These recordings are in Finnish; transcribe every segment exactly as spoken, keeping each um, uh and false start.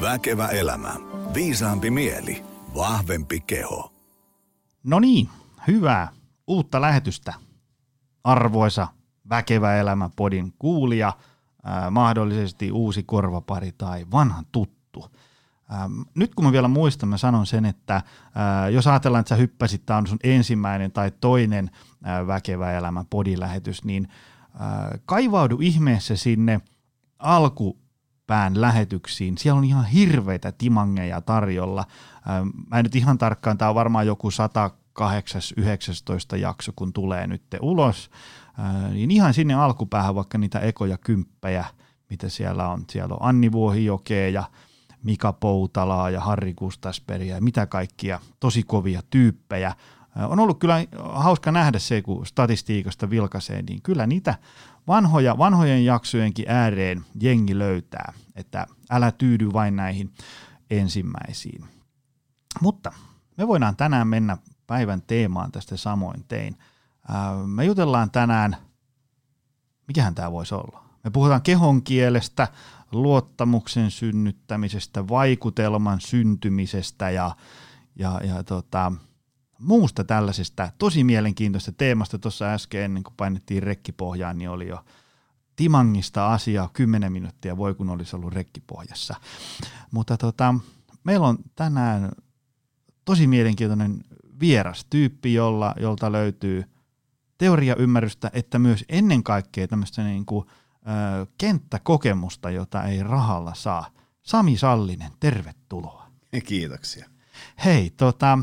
Väkevä elämä. Viisaampi mieli. Vahvempi keho. No niin, hyvää uutta lähetystä. Arvoisa Väkevä elämä -podin kuulija, ää, mahdollisesti uusi korvapari tai vanha tuttu. Ää, nyt kun mä vielä muistan, mä sanon sen, että ää, jos ajatellaan, että sä hyppäsit, tää on sun ensimmäinen tai toinen ää, Väkevä elämä -podin lähetys, niin ää, kaivaudu ihmeessä sinne alkupään lähetyksiin. Siellä on ihan hirveitä timangeja tarjolla. Ää, mä en nyt ihan tarkkaan, tää on varmaan joku sata kahdeksan yhdeksäntoista jakso, kun tulee nyt ulos, ää, niin ihan sinne alkupäähän vaikka niitä ekoja kymppejä, mitä siellä on. Siellä on Anni Vuohijokea ja Mika Poutalaa ja Harri Kustasperia ja mitä kaikkia tosi kovia tyyppejä. Ää, on ollut kyllä hauska nähdä se, kun statistiikasta vilkaisee, niin kyllä niitä vanhoja, vanhojen jaksojenkin ääreen jengi löytää, että älä tyydy vain näihin ensimmäisiin. Mutta me voidaan tänään mennä päivän teemaan tästä samoin tein. Me jutellaan tänään, mikähän tämä voisi olla? Me puhutaan kehon kielestä, luottamuksen synnyttämisestä, vaikutelman syntymisestä ja, ja, ja tota, muusta tällaisesta tosi mielenkiintoista teemasta. Tuossa äsken, ennen kuin painettiin rekkipohjaan, niin oli jo timangista asiaa kymmenen minuuttia, voi kun olisi ollut rekkipohjassa. Mutta tota, meillä on tänään tosi mielenkiintoinen vieras tyyppi, jolla, jolta löytyy teoriaymmärrystä, että myös ennen kaikkea tämmöistä niin kuin, ö, kenttäkokemusta, jota ei rahalla saa. Sami Sallinen, tervetuloa. Kiitoksia. Hei, tota,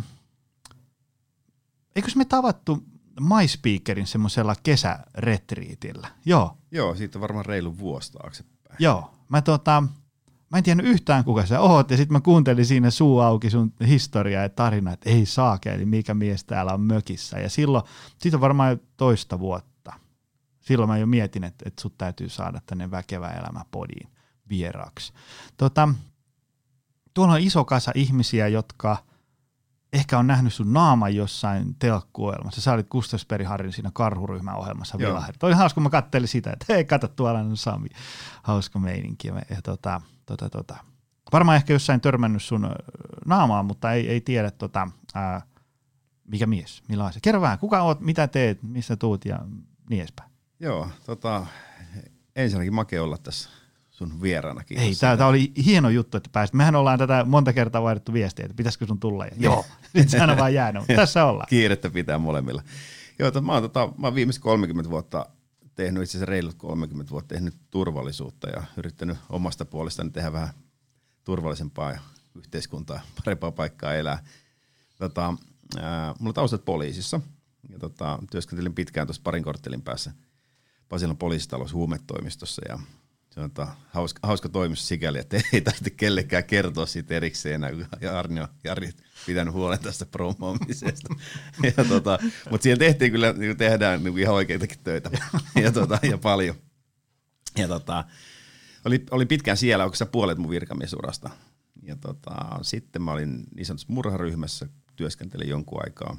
eikös me tavattu MySpeakerin semmoisella kesäretriitillä? Joo. Joo, siitä on varmaan reilu vuosi taaksepäin. Joo, mä tota... Mä en tiennyt yhtään, kuka sä oot, ja sitten mä kuuntelin siinä suu auki sun historiaa ja tarinaa, että ei saakeli, mikä mies täällä on mökissä. Ja silloin, siitä on varmaan jo toista vuotta. Silloin mä jo mietin, että, että sut täytyy saada tänne Väkevä elämä -podiin vieraaksi. Tota, tuolla on iso kasa ihmisiä, jotka ehkä on nähnyt sun naaman jossain telkkuohjelmassa. Sä olit Kustasperin Harrin siinä karhuryhmän ohjelmassa. Toi oli hauska, kun mä kattelin sitä, että hei, kato, tuolla on Sami. Hauska meininki. Ja, ja tota, tota, tota. Varmaan ehkä jossain törmännyt sun naamaan, mutta ei, ei tiedä, tota, ää, mikä mies, millaisen. Kerro vähän, kuka oot, mitä teet, missä tuut ja niin edespäin. Joo, tota, ensinnäkin makea olla tässä sun vieraanakin. Ei, tämä oli hieno juttu, että pääsit. Mehän ollaan tätä monta kertaa vaihdettu viestiä, että pitäisikö sun tulla. Ja joo, nyt sehän on vaan jäänyt, mutta tässä ollaan. Kiirettä pitää molemmilla. Joo, tota, mä, oon, tota, mä oon viimeiset kolmekymmentä vuotta tehnyt, itse asiassa reilut kolmekymmentä vuotta tehnyt turvallisuutta ja yrittänyt omasta puolestani tehdä vähän turvallisempaa ja yhteiskuntaa, parempaa paikkaa elää. Tota, ää, mulla taustat poliisissa ja tota, työskentelin pitkään tuossa parin korttelin päässä Pasilan poliisitalossa huumetoimistossa ja se on hauska, hauska toimisto sikäli, että ei tarvitse kellekään kertoa siitä erikseen enää, kun Arni on Jari pitänyt huolen tästä promoomisesta. tota, mutta siellä tehtiin kyllä, niin tehdään niin ihan oikeitakin töitä ja, tota, ja paljon. Ja tota, oli, oli pitkään siellä, onko sä puolet mun virkamiesurasta. Ja tota, sitten mä olin niin sanotussa murharyhmässä, työskentelin jonkun aikaa.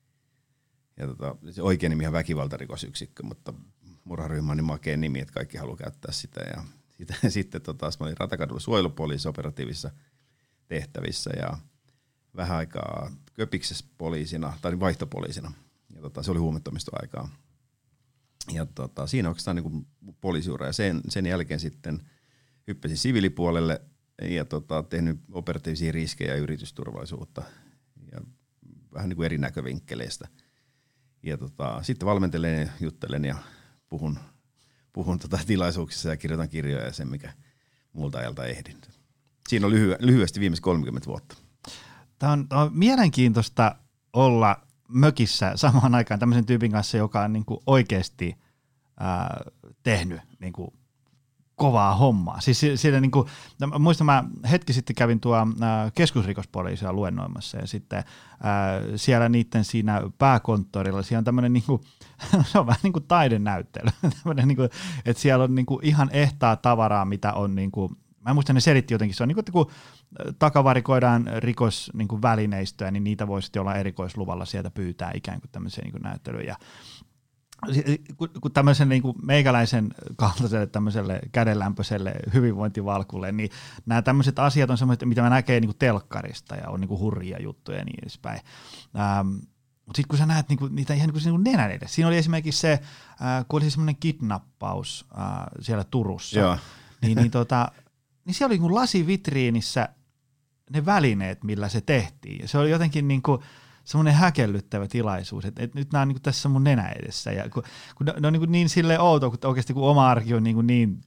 Ja tota, se oikein nimi on väkivaltarikosyksikkö, mutta murharyhmä on niin makea nimi, että kaikki haluaa käyttää sitä. Ja sitten, sitten tota, mä olin Ratakadulla suojelupoliisi operatiivisissa tehtävissä ja vähän aikaa Köpiksessä poliisina, tai vaihtopoliisina. Ja tota, se oli huumetoimistoaikaa. Ja tota, siinä oikeastaan niin poliisiura. Ja sen, sen jälkeen sitten hyppäsin siviilipuolelle ja tota, tehnyt operatiivisia riskejä ja yritysturvallisuutta. Ja vähän niin kuin eri näkövinkkeleistä. Ja tota, sitten valmentelen ja juttelen ja puhun, puhun tota tilaisuuksissa ja kirjoitan kirjoja ja sen, mikä muulta ajalta ehdin. Siinä on lyhy- lyhyesti viimeiset kolmekymmentä vuotta. Tämä on, on mielenkiintoista olla mökissä samaan aikaan tämmöisen tyypin kanssa, joka on niin kuin oikeasti ää, tehnyt niin kuin kovaa hommaa. Siis siinä niin kuin, muistan, mä hetki sitten kävin tuo keskusrikospoliisia luennoimassa ja sitten ää, siellä niiden siinä pääkonttorilla, siellä on tämmöinen niin kuin, se on vähän niin kuin taidenäyttely, niin kuin, että siellä on niin kuin ihan ehtaa tavaraa, mitä on niin kuin, mä muistan, ne selitti jotenkin, se on niin kuin, että kun takavarikoidaan rikosvälineistöä, niin niitä voisi jollain erikoisluvalla sieltä pyytää ikään kuin tämmöiseen niin kuin näyttelyyn. Ja kun tämmöisen niin kuin meikäläisen kaltaiselle tämmöiselle kädenlämpöiselle hyvinvointivalkulle, niin nämä tämmöiset asiat on semmoiset, mitä mä näkee niin kuin telkkarista ja on niin kuin hurjia juttuja ja niin edespäin. Ähm, mutta sitten kun sä näet niin kuin, niitä ihan niin kuin nenän edessä. Siinä oli esimerkiksi se, äh, kun oli semmoinen kidnappaus äh, siellä Turussa, Joo. niin, niin, tota, niin siellä oli niin kuin lasivitriinissä ne välineet, millä se tehtiin. Ja se oli jotenkin niin kuin semmoinen häkellyttävä tilaisuus, että, että nyt nämä on niin kuin tässä mun nenä edessä. Ja kun, kun ne, ne on niin, niin silleen outoa, kun oikeasti kun oma arki on niin, niin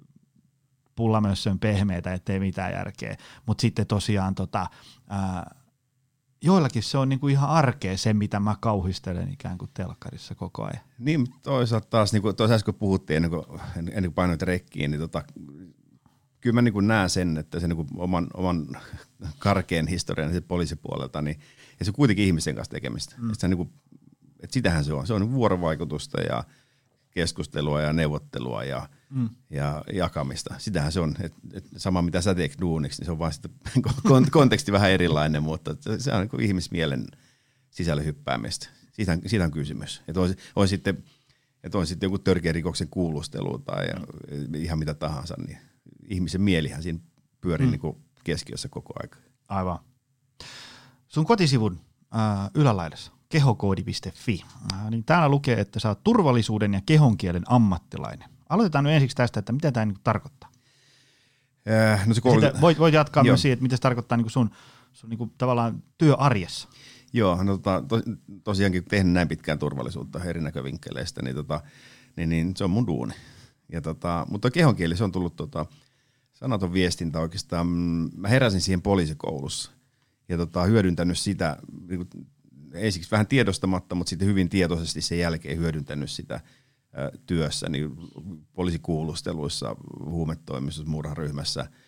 pullamössön pehmeitä, ettei mitään järkeä. Mutta sitten tosiaan tota, ää, joillakin se on niin kuin ihan arkea se, mitä mä kauhistelen ikään kuin telkkarissa koko ajan. Niin toisaalta taas, niin kuin tuossa äsken puhuttiin ennen kuin, ennen kuin painoit rekkiin, niin tota, kyllä mä niin kuin näen sen, että se niin kuin oman, oman karkean historian poliisipuolelta, niin ja se on kuitenkin ihmisten kanssa tekemistä. Mm. Että, niin kuin, että sitähän se on. Se on vuorovaikutusta ja keskustelua ja neuvottelua ja, mm. ja jakamista. Sitähän se on. Et, et sama mitä sä teet duuniksi, niin se on vaan sitten konteksti vähän erilainen, mutta se on niin kuin ihmismielen sisälle hyppäämistä. Siitä, siitä on kysymys. Että on, on, sitten, että on sitten joku törkeä rikoksen kuulustelu tai mm. ihan mitä tahansa, niin ihmisen mielihän siinä pyörii mm. niin kuin keskiössä koko aika. Aivan. Sun kotisivun äh, ylälaidassa, kehokoodi piste fi, äh, niin täällä lukee, että sä oot turvallisuuden ja kehonkielen ammattilainen. Aloitetaan nyt ensiksi tästä, että mitä tämä niinku tarkoittaa. Äh, no se koulu... voit, voit jatkaa myös siitä, että mitä se tarkoittaa niinku sun, sun niinku tavallaan työarjessa. Joo, no tota, to, tosiaankin tehnyt näin pitkään turvallisuutta eri näkövinkkeleistä, niin, tota, niin, niin se on mun duuni. Ja tota, mutta kehonkieli, se on tullut tota, sanaton viestintä oikeastaan. Mä heräsin siihen poliisikoulussa. Ja tota, hyödyntänyt sitä, niin kuin, ensiksi vähän tiedostamatta, mutta sitten hyvin tietoisesti sen jälkeen hyödyntänyt sitä ä, työssä, niin poliisikuulusteluissa, huumetoimistossa, murharyhmässä, ä,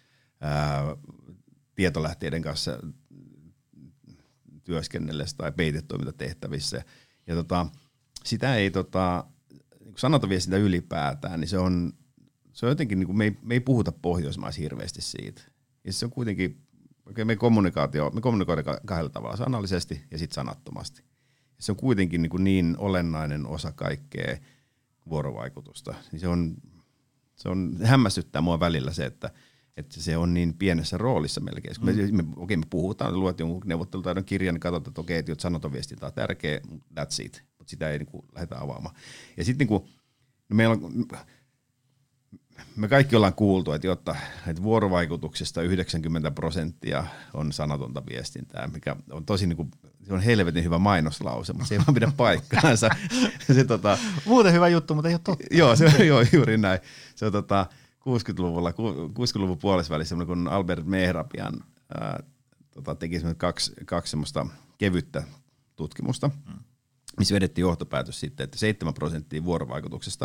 tietolähteiden kanssa työskennellessä tai peitetoimintatehtävissä. Ja tota, sitä ei, tota, niin kuin sanotaviestintä ylipäätään, niin se on, se on jotenkin, niin kuin me, ei, me ei puhuta Pohjoismaissa hirveästi siitä. Ja se on kuitenkin, Okei, me, kommunikaatio, me kommunikoidaan kahdella tavalla, sanallisesti ja sitten sanattomasti. Se on kuitenkin niin, niin olennainen osa kaikkea vuorovaikutusta. Niin se, on, se on hämmästyttää mua välillä se, että, että se on niin pienessä roolissa melkein. Mm. Me, me, okei, me puhutaan, luet jonkun neuvottelutaidon kirjan, niin katsotaan, että okei, että sanoton viestintä on tärkeä, that's it. Mutta sitä ei niin kuin, lähdetä avaamaan. Ja sitten niin no meillä on... Me kaikki ollaan kuultu, että, jotta, että vuorovaikutuksesta yhdeksänkymmentä prosenttia on sanatonta viestintää, mikä on tosi niin kuin, se on helvetin hyvä mainoslause, mutta se ei vaan pidä paikkaansa. se, tota, Muuten hyvä juttu, mutta ei ole totta. Joo, se on joo, juuri näin. Se on tota, kuusikymmentäluvulla, kuusikymmentäluvun puolesvälissä, kun Albert Mehrabian ää, tota, teki kaksi, kaksi semmoista kevyttä tutkimusta, hmm. missä vedettiin johtopäätös sitten, että seitsemän prosenttia vuorovaikutuksesta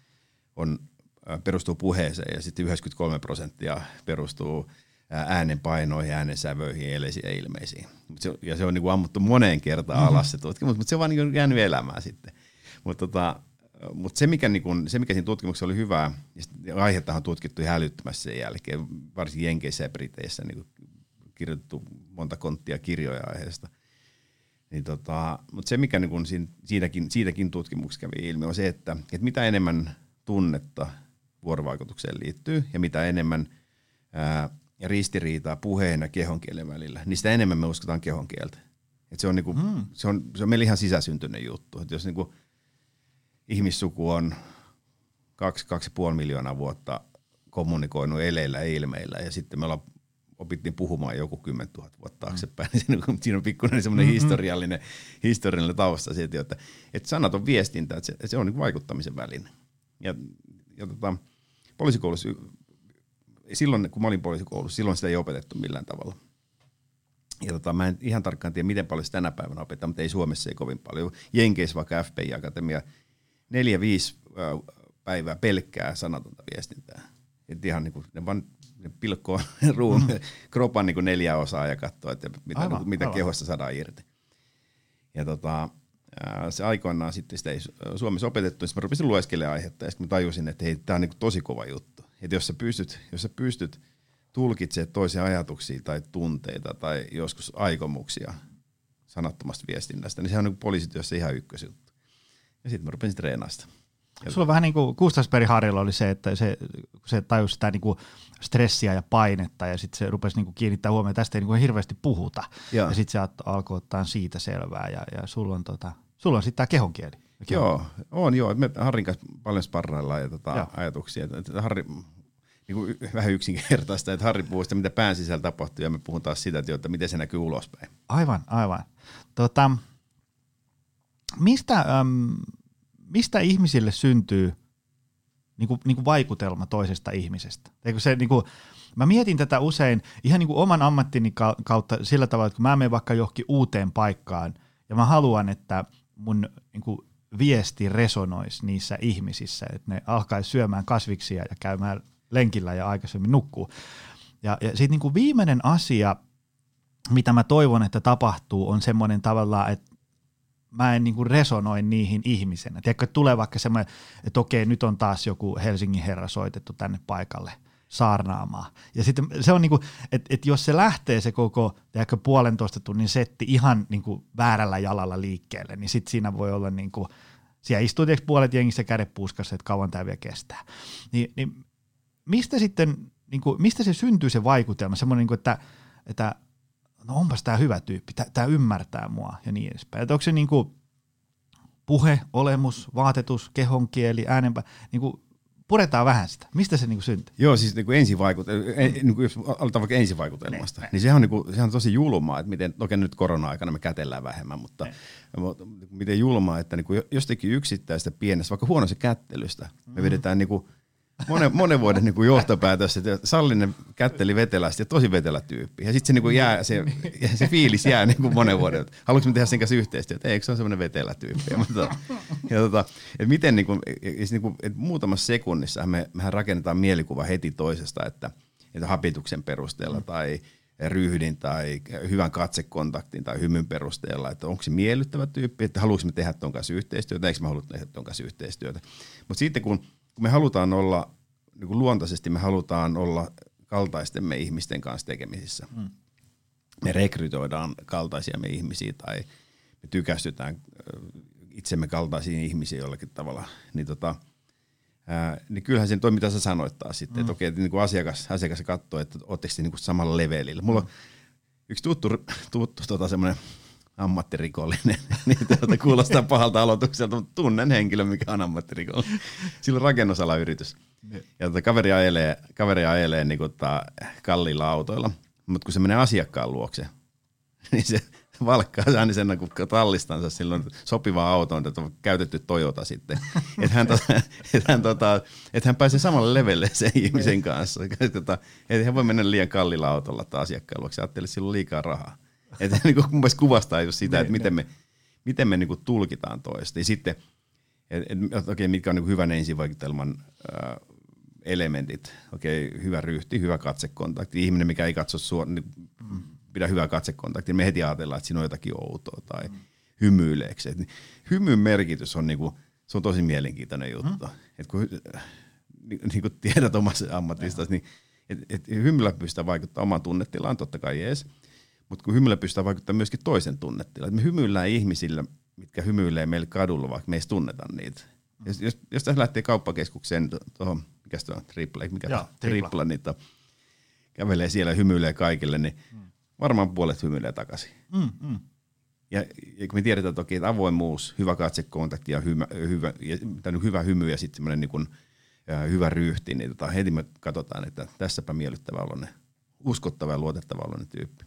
on perustuu puheeseen ja sitten yhdeksänkymmentäkolme prosenttia perustuu äänenpainoihin, äänensävöihin, eleisiin ja ilmeisiin. Ja se on niin kuin ammuttu moneen kertaan mm-hmm. alas se tutkimus, mutta se on vaan niin kuin jäänyt elämään sitten. Mutta tota, mut se, mikä niin kuin, se, mikä siinä tutkimuksessa oli hyvää, ja aihettahan on tutkittu ihan älyttömästi sen jälkeen, varsinkin Jenkeissä ja Briteissä niin kirjoitettu monta konttia kirjoja aiheesta. Niin tota, mutta se, mikä niin kuin siitäkin, siitäkin tutkimuksessa kävi ilmi, on se, että, että mitä enemmän tunnetta vuorovaikutukseen liittyy ja mitä enemmän ää, ristiriitaa puheen ja kehonkielen välillä, niin sitä enemmän me uskotaan kehonkieltä. Et se, on niinku, mm. se, on, se on meillä ihan sisäsyntyinen juttu. Et jos niinku ihmissuku on kaksi, kaksi ja puoli miljoonaa vuotta kommunikoinut eleillä ja ilmeillä ja sitten me ollaan, opittiin puhumaan joku kymmentuhatta vuotta taaksepäin, mm. niin siinä on pikkuinen semmoinen mm-hmm. historiallinen, historiallinen tausta siitä, että, että sanaton viestintä, että se, että se on niinku vaikuttamisen väline. Ja, ja tota, poliisikoulussa, silloin kun mä olin poliisikoulussa, silloin sitä ei opetettu millään tavalla. Ja tota, mä en ihan tarkkaan tiedä, miten paljon sitä tänä päivänä opetetaan, mutta ei Suomessa ei kovin paljon. Jenkeissä vaikka F B I-akatemia, neljä, viisi päivää pelkkää sanatonta viestintää. Et ihan niin kuin, ne vaan ne pilkkoo ruum, mm. kropan niin kuin neljä osaa ja katsoo, että mitä, aivan, mitä aivan. kehosta saadaan irti. Ja tota, se aikoinaan sitten sitä ei Suomessa opetettu, niin mä rupesin lueskelemaan aihetta ja sitten mä tajusin, että hei, tää on niin kuin tosi kova juttu. Että jos sä pystyt, jos sä pystyt tulkitsemaan toisia ajatuksia tai tunteita tai joskus aikomuksia sanattomasta viestinnästä, niin sehän on niin poliisityössä ihan ykkösjuttu. Ja sitten mä rupesin treenaamaan sitä. Sulla on vähän niin kuin Gustavsbergin Harjalla oli se, että se, se tajusi sitä niin kuin stressiä ja painetta ja sitten se rupesi niin kuin kiinnittää huomioon, tästä ei niin kuin hirveästi puhuta. Ja, ja sitten se alkoi ottaa siitä selvää ja, ja sulla on, tota, sulla on sitten tämä kehonkieli. Joo, on joo. Me Harrin kanssa paljon sparraillaan ja tota, ajatuksia. Että Harri, niin kuin vähän yksinkertaista, että Harri puhuu sitä, mitä pään sisällä tapahtuu ja me puhun taas sitä, että miten se näkyy ulospäin. Aivan, aivan. Tota, mistä... Äm, Mistä ihmisille syntyy niin kuin, niin kuin vaikutelma toisesta ihmisestä? Eikö se, niin kuin, mä mietin tätä usein ihan niin kuin oman ammattini kautta sillä tavalla, että kun mä menen vaikka johonkin uuteen paikkaan ja mä haluan, että mun niin kuin, viesti resonoisi niissä ihmisissä, että ne alkaisi syömään kasviksia ja käymään lenkillä ja aikaisemmin nukkuu. Ja, ja sitten niin kuin viimeinen asia, mitä mä toivon, että tapahtuu, on semmoinen tavallaan, että mä en niinku resonoi niihin ihmisenä. Tiedätkö, että tulee vaikka semmoinen, että okei, nyt on taas joku Helsingin herra soitettu tänne paikalle saarnaamaan. Ja sitten se on niinku, että et jos se lähtee se koko, tiedätkö, puolentoista tunnin setti ihan niinku väärällä jalalla liikkeelle, niin sitten siinä voi olla niinku, siellä istuu tiedätkö, puolet jengissä kädet puskassa, että kauan tämä vielä kestää. Ni, niin mistä sitten, niinku, mistä se syntyy se vaikutelma, semmoinen, niinku, että, että no onpas tää hyvä tyyppi, tää ymmärtää mua ja niin edespäin. Että onko se niinku puhe, olemus, vaatetus, kehonkieli, äänenpä, niinku puretaan vähän sitä. Mistä se niinku syntyy? Joo, siis niinku ensivaikutelma, en, niinku jos aloitetaan vaikka ensivaikutelmasta, ne, niin sehän on, niinku, sehän on tosi julmaa, että miten, okei nyt korona-aikana me kätellään vähemmän, mutta ne. miten julmaa, että niinku jostakin yksittäistä pienestä, vaikka huonossa kättelystä, me vedetään niinku Monen, monen vuoden niin kuin johtopäätös, että Sallinen kätteli vetelästi ja tosi vetelä tyyppi. Ja sitten se, niin jää, se, se fiilis jää niin kuin monen vuoden. Haluatko me tehdä sen kanssa yhteistyötä? Eikö se ole semmoinen vetelä tyyppi? Ja, tota, ja tota, että miten niin kuin, niin kuin, että muutamassa sekunnissa me, mehän rakennetaan mielikuva heti toisesta, että, että hapituksen perusteella tai ryhdin tai hyvän katsekontaktin tai hymyn perusteella, että onko se miellyttävä tyyppi, että haluaisi me tehdä ton kanssa yhteistyötä, eikö me haluta tehdä ton kanssa yhteistyötä. Mutta sitten kun Kun me halutaan olla, niin kuin luontaisesti me halutaan olla kaltaistemme ihmisten kanssa tekemisissä. Mm. Me rekrytoidaan kaltaisia me ihmisiä tai me tykästytään itsemme kaltaisiin ihmisiin jollakin tavalla. Niin, tota, ää, niin kyllähän sen toi, mitä sä sanoit taas sitten, mm. että okei, että niin kuin asiakas, asiakas katsoo, että ootteko te niin kuin samalla levelillä. Mulla mm. on yksi tuttu, tuttu tota semmoinen ammattirikollinen, niin tuota, kuulostaa pahalta aloitukselta, mutta tunnen henkilön, mikä on ammattirikollinen. Sillä on rakennusalayritys. Ja tuota, kaveri ajelee, kaveri ajelee niin kuin, ta, kalliilla autoilla, mutta kun se menee asiakkaan luokse, niin se valkkaa aina sen niin tallistansa silloin sopiva auto on käytetty Toyota sitten, että hän, tota, et hän, tota, et hän pääsee samalle levelle sen ihmisen kanssa. Että hän voi mennä liian kalliilla autolla asiakkaan luokse, ajattelee, että sillä on liikaa rahaa. Että niin kuin mun mielestä kuvastaa just sitä, että miten me, miten me niin kuin tulkitaan toista. Ja sitten, että et, okei, mitkä on niin kuin hyvän ensivaikutelman äh, elementit. Okei, hyvä ryhti, hyvä katsekontakti. Ihminen, mikä ei katso suoraan, niin mm. pidä hyvää katsekontaktia. Me heti ajatellaan, että siinä on jotakin outoa tai mm. hymyileeksi. Et, hymyn merkitys on, niin kuin, se on tosi mielenkiintoinen juttu. Mm. Et kun, niin, niin kuin tiedät omassa ammatistasi, niin et, et hymyllä pystytään vaikuttamaan omaan tunnetilaan, totta kai jees. Mutta kun hymyillä pystytään vaikuttamaan myöskin toisen tunnetilaan. Me hymyillään ihmisillä, mitkä hymyilee meille kadulla, vaikka me ei tunneta niitä. Mm. Jos, jos, jos tässä lähtee kauppakeskukseen tuohon, mikä se on, tripla, mikä Joo, tripla, niin to, kävelee siellä ja hymyilee kaikille, niin mm. varmaan puolet hymyilee takaisin. Mm, mm. Ja, ja kun me tiedetään toki, että avoimuus, hyvä katsekontakti ja hyvä, hyvä, ja, hyvä hymy ja sitten semmoinen niin kuin, ja hyvä ryhti, niin tota, heti me katsotaan, että tässäpä miellyttävä oloinen, uskottava ja luotettava oloinen tyyppi.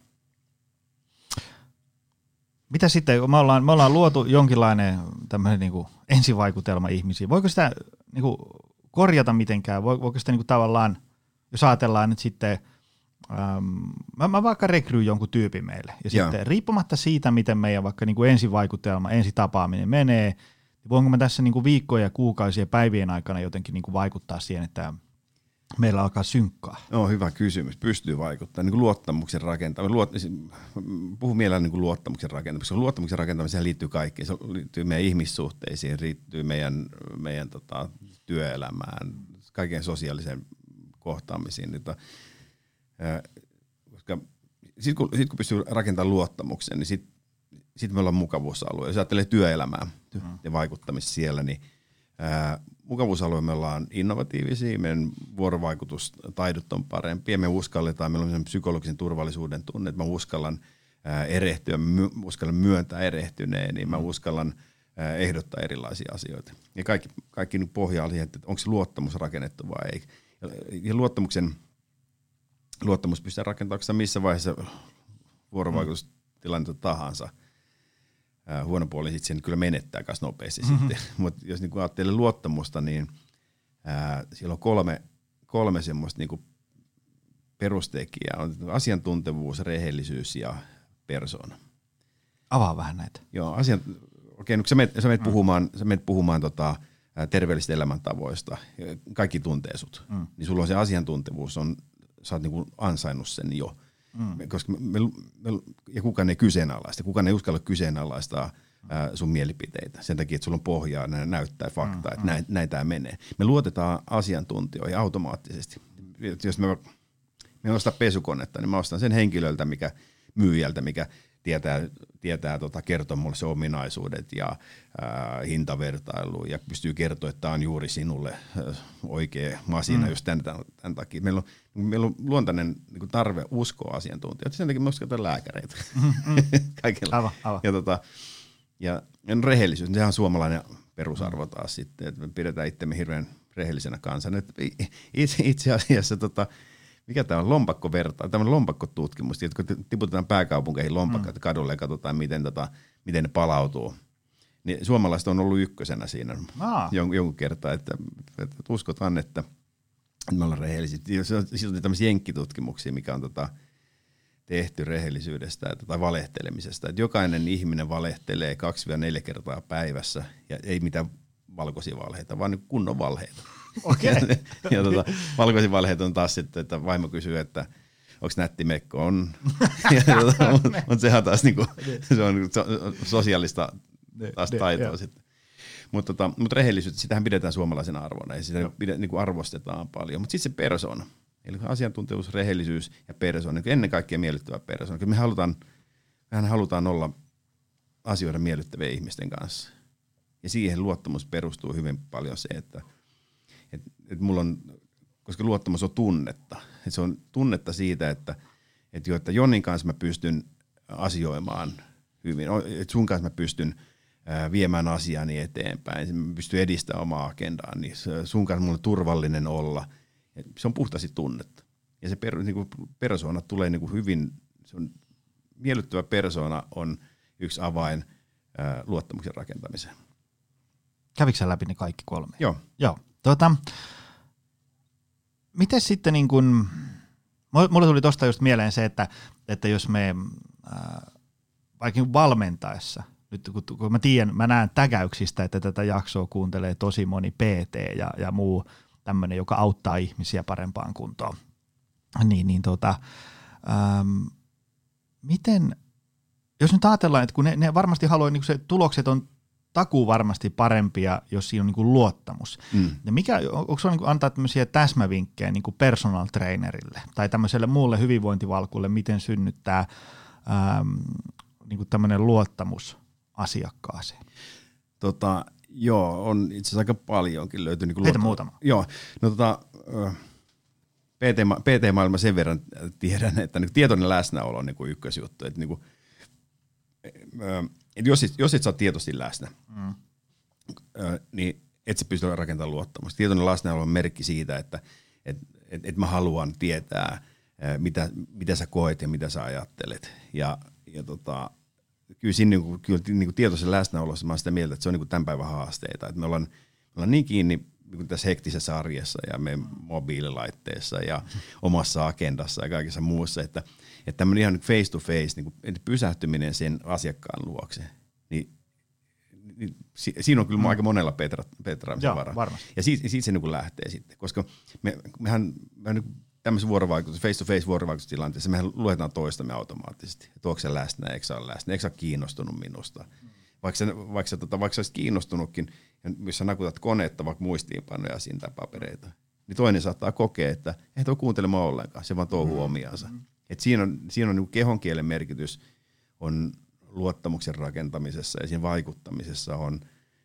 Mitä sitten, me ollaan, me ollaan luotu jonkinlainen tämmöinen niinku ensivaikutelma ihmisiin. Voiko sitä niinku korjata mitenkään? Voiko sitä niinku tavallaan, jos ajatellaan nyt sitten, äm, mä, mä vaikka rekryyn jonkun tyypin meille, ja Joo. sitten riippumatta siitä, miten meidän vaikka niinku ensivaikutelma, ensitapaaminen menee, niin voinko mä tässä niinku viikkoja, kuukausia, päivien aikana jotenkin niinku vaikuttaa siihen, että meillä alkaa synkkaa? No, hyvä kysymys. Pystyy vaikuttamaan. Niin luottamuksen rakentaminen. Luot, puhun mielellään niin luottamuksen rakentamiseen. Luottamuksen rakentamiseen liittyy kaikkeen. Se liittyy meidän ihmissuhteisiin, liittyy meidän, meidän tota, työelämään, kaikkeen sosiaaliseen kohtaamisiin. Niitä, ää, koska sitten kun, sit kun pystyy rakentamaan luottamuksen, niin sitten sit me ollaan mukavuusalue. Jos ajattelee työelämää, tehty mm. ja vaikuttamista siellä, niin ää, mukavuusalue me ollaan innovatiivisia, meidän vuorovaikutustaidot on parempia, me uskalletaan, meillä on psykologisen turvallisuuden tunne, että mä uskallan ää, erehtyä, my, uskallan myöntää erehtyneen, niin mä uskallan ää, ehdottaa erilaisia asioita. Ja kaikki, kaikki nyt pohjaa siihen, että onko se luottamus rakennettu vai ei. Ja, ja luottamuksen, luottamus pystyy rakentamaan missä vaiheessa vuorovaikutustilannetta tahansa. Äh, huono puoli sitten sen kyllä menettää myös nopeasti mm-hmm. sitten. Mutta jos niinku ajattelee luottamusta, niin äh, siellä on kolme, kolme semmoista niinku perustekijää. On asiantuntevuus, rehellisyys ja persoona. Avaa vähän näitä. Joo, asian, okei, nyt sä menet, sä menet mm. puhumaan, sä menet puhumaan tota, terveellisistä elämäntavoista, kaikki tuntee sut, mm. niin sulla on se asiantuntevuus, on, sä oot niinku ansainnut sen jo. Mm. Koska me, me, me, ja kukaan ei kyseenalaista, kukaan ei uskalla kyseenalaistaa ää, sun mielipiteitä sen takia, että sulla on pohjaa, ne näyttää faktaa, mm. että näin, näin tämä menee. Me luotetaan asiantuntijoihin automaattisesti. Jos me, me ostaa pesukonetta, niin mä ostan sen henkilöltä, mikä myyjältä, mikä tietää, tietää tota, kertoa mulle se ominaisuudet ja ää, hintavertailu ja pystyy kertoa, että tämä on juuri sinulle ää, oikea masina mm. just tämän, tämän takia. Meillä on, meillä on luontainen niin tarve uskoa asiantuntijoita, sen takia me uskotaan lääkäreitä mm-hmm. kaikilla. Aivan, aivan. Ja, tota, ja, ja rehellisyys, sehän on suomalainen perusarvo taas sitten, että me pidetään itsemme hirveän rehellisenä kansana. Itse, itse asiassa tota, mikä tämä on lompakkoverta, tämmöinen lompakkotutkimus, että kun tiputetaan pääkaupunkeihin lompakkoja mm. kadulle ja katsotaan, miten, tota, miten ne palautuu, niin suomalaiset on ollut ykkösenä siinä ah. jon, jonkun kertaa, että, että uskotaan, että me ollaan rehellisiä. Sitten on tämmöisiä jenkkitutkimuksia, mikä on tota, tehty rehellisyydestä tai valehtelemisesta, että jokainen ihminen valehtelee kaksi vai neljä kertaa päivässä ja ei mitään valkoisia valheita, vaan kunnon valheita. Okei. Okay. ja, ja tota, valkoisin valheet on taas sitten, että vaimo kysyy, että onko nätti mekko? On. tota, mutta sehän taas niinku, se on sosiaalista taas taitoa sitten. Mutta tota, mut rehellisyyttä, sitähän pidetään suomalaisena arvona ja sitä no. pide, niinku arvostetaan paljon. Mutta sitten se persoona, eli asiantuntevuus, rehellisyys ja persoona, niin ennen kaikkea miellyttävä persoona. Me halutaan, mehän halutaan olla asioida miellyttäviä ihmisten kanssa. Ja siihen luottamus perustuu hyvin paljon se, että et, et mulla on, koska luottamus on tunnetta. Et se on tunnetta siitä, että et jo, että Jonnin kanssa mä pystyn asioimaan hyvin. Et sun kanssa mä pystyn ää, viemään asiani eteenpäin. Mä pystyn edistämään omaa agendaa. Niin sun kanssa mulla on turvallinen olla. Et se on puhtaasti tunnetta. Ja se per, niinku, persoona tulee niinku hyvin, se on, miellyttävä persoona on yksi avain ää, luottamuksen rakentamiseen. Kävikö sä läpi ne kaikki kolme? Joo. Joo. Tota, miten sitten niin kun, mulle tuli tuosta just mieleen se, että, että jos me ää, vaikka niin valmentaessa, nyt kun, kun mä tiedän, mä näen tägäyksistä, että tätä jaksoa kuuntelee tosi moni P T ja, ja muu tämmöinen, joka auttaa ihmisiä parempaan kuntoon, niin, niin tota, äm, miten, jos nyt ajatellaan, että kun ne, ne varmasti haluaa, niin kun se tulokset on takuu varmasti parempia, jos siinä on niin kuin luottamus. Mm. Ja mikä, onko se niin antaa tämmöisiä täsmävinkkejä niin kuin personal trainerille tai tämmöiselle muulle hyvinvointivalkulle, miten synnyttää äm, niin kuin tämmöinen luottamus asiakkaaseen? Tota, joo, on itse asiassa aika paljonkin löytynyt. Niin Heitä muutama. Joo, no tota, P T-maailma sen verran tiedän, että niin tietoinen läsnäolo on niin kuin ykkösjuttu, että niin kuin, et jos, et, jos et sä oot tietoisesti läsnä, mm. niin et sä pysty rakentamaan luottamusta. Tietoinen läsnäolo on merkki siitä, että et, et, et mä haluan tietää, mitä, mitä sä koet ja mitä sä ajattelet. Ja, ja tota, kyllä siinä niin kuin, kyllä, niin kuin tietoisen läsnäolossa mä oon sitä mieltä, että se on niin kuin tämän päivän haasteita. Et me, ollaan, me ollaan niin kiinni niin tässä hektisessä arjessa ja meidän mobiililaitteessa ja omassa agendassa ja kaikessa muussa, että että tämmöinen ihan face to face, niin kuin, pysähtyminen sen asiakkaan luokse, niin, niin si, siinä on kyllä mm. aika monella petra, petraamisen varaa. Ja siitä, siitä se niin kuin lähtee sitten, koska me, mehän, mehän tämmöisessä vuorovaikutus, face to face vuorovaikutustilanteessa, mehän luetaan toistamme automaattisesti, että onko sä läsnä, eikö sä ole läsnä, eikö sä ole kiinnostunut minusta. Mm. Vaikka sä, vaikka, sä, tota, vaikka sä olisit kiinnostunutkin, jos sä nakutat koneetta, vaikka muistiinpanoja siinä tai papereita, niin toinen saattaa kokea, että ei tuo kuuntelemaan ollenkaan, se vaan touhuu mm. omiansa. Mm. Et siinä on, siinä on niin kehonkielen merkitys on luottamuksen rakentamisessa ja siinä vaikuttamisessa on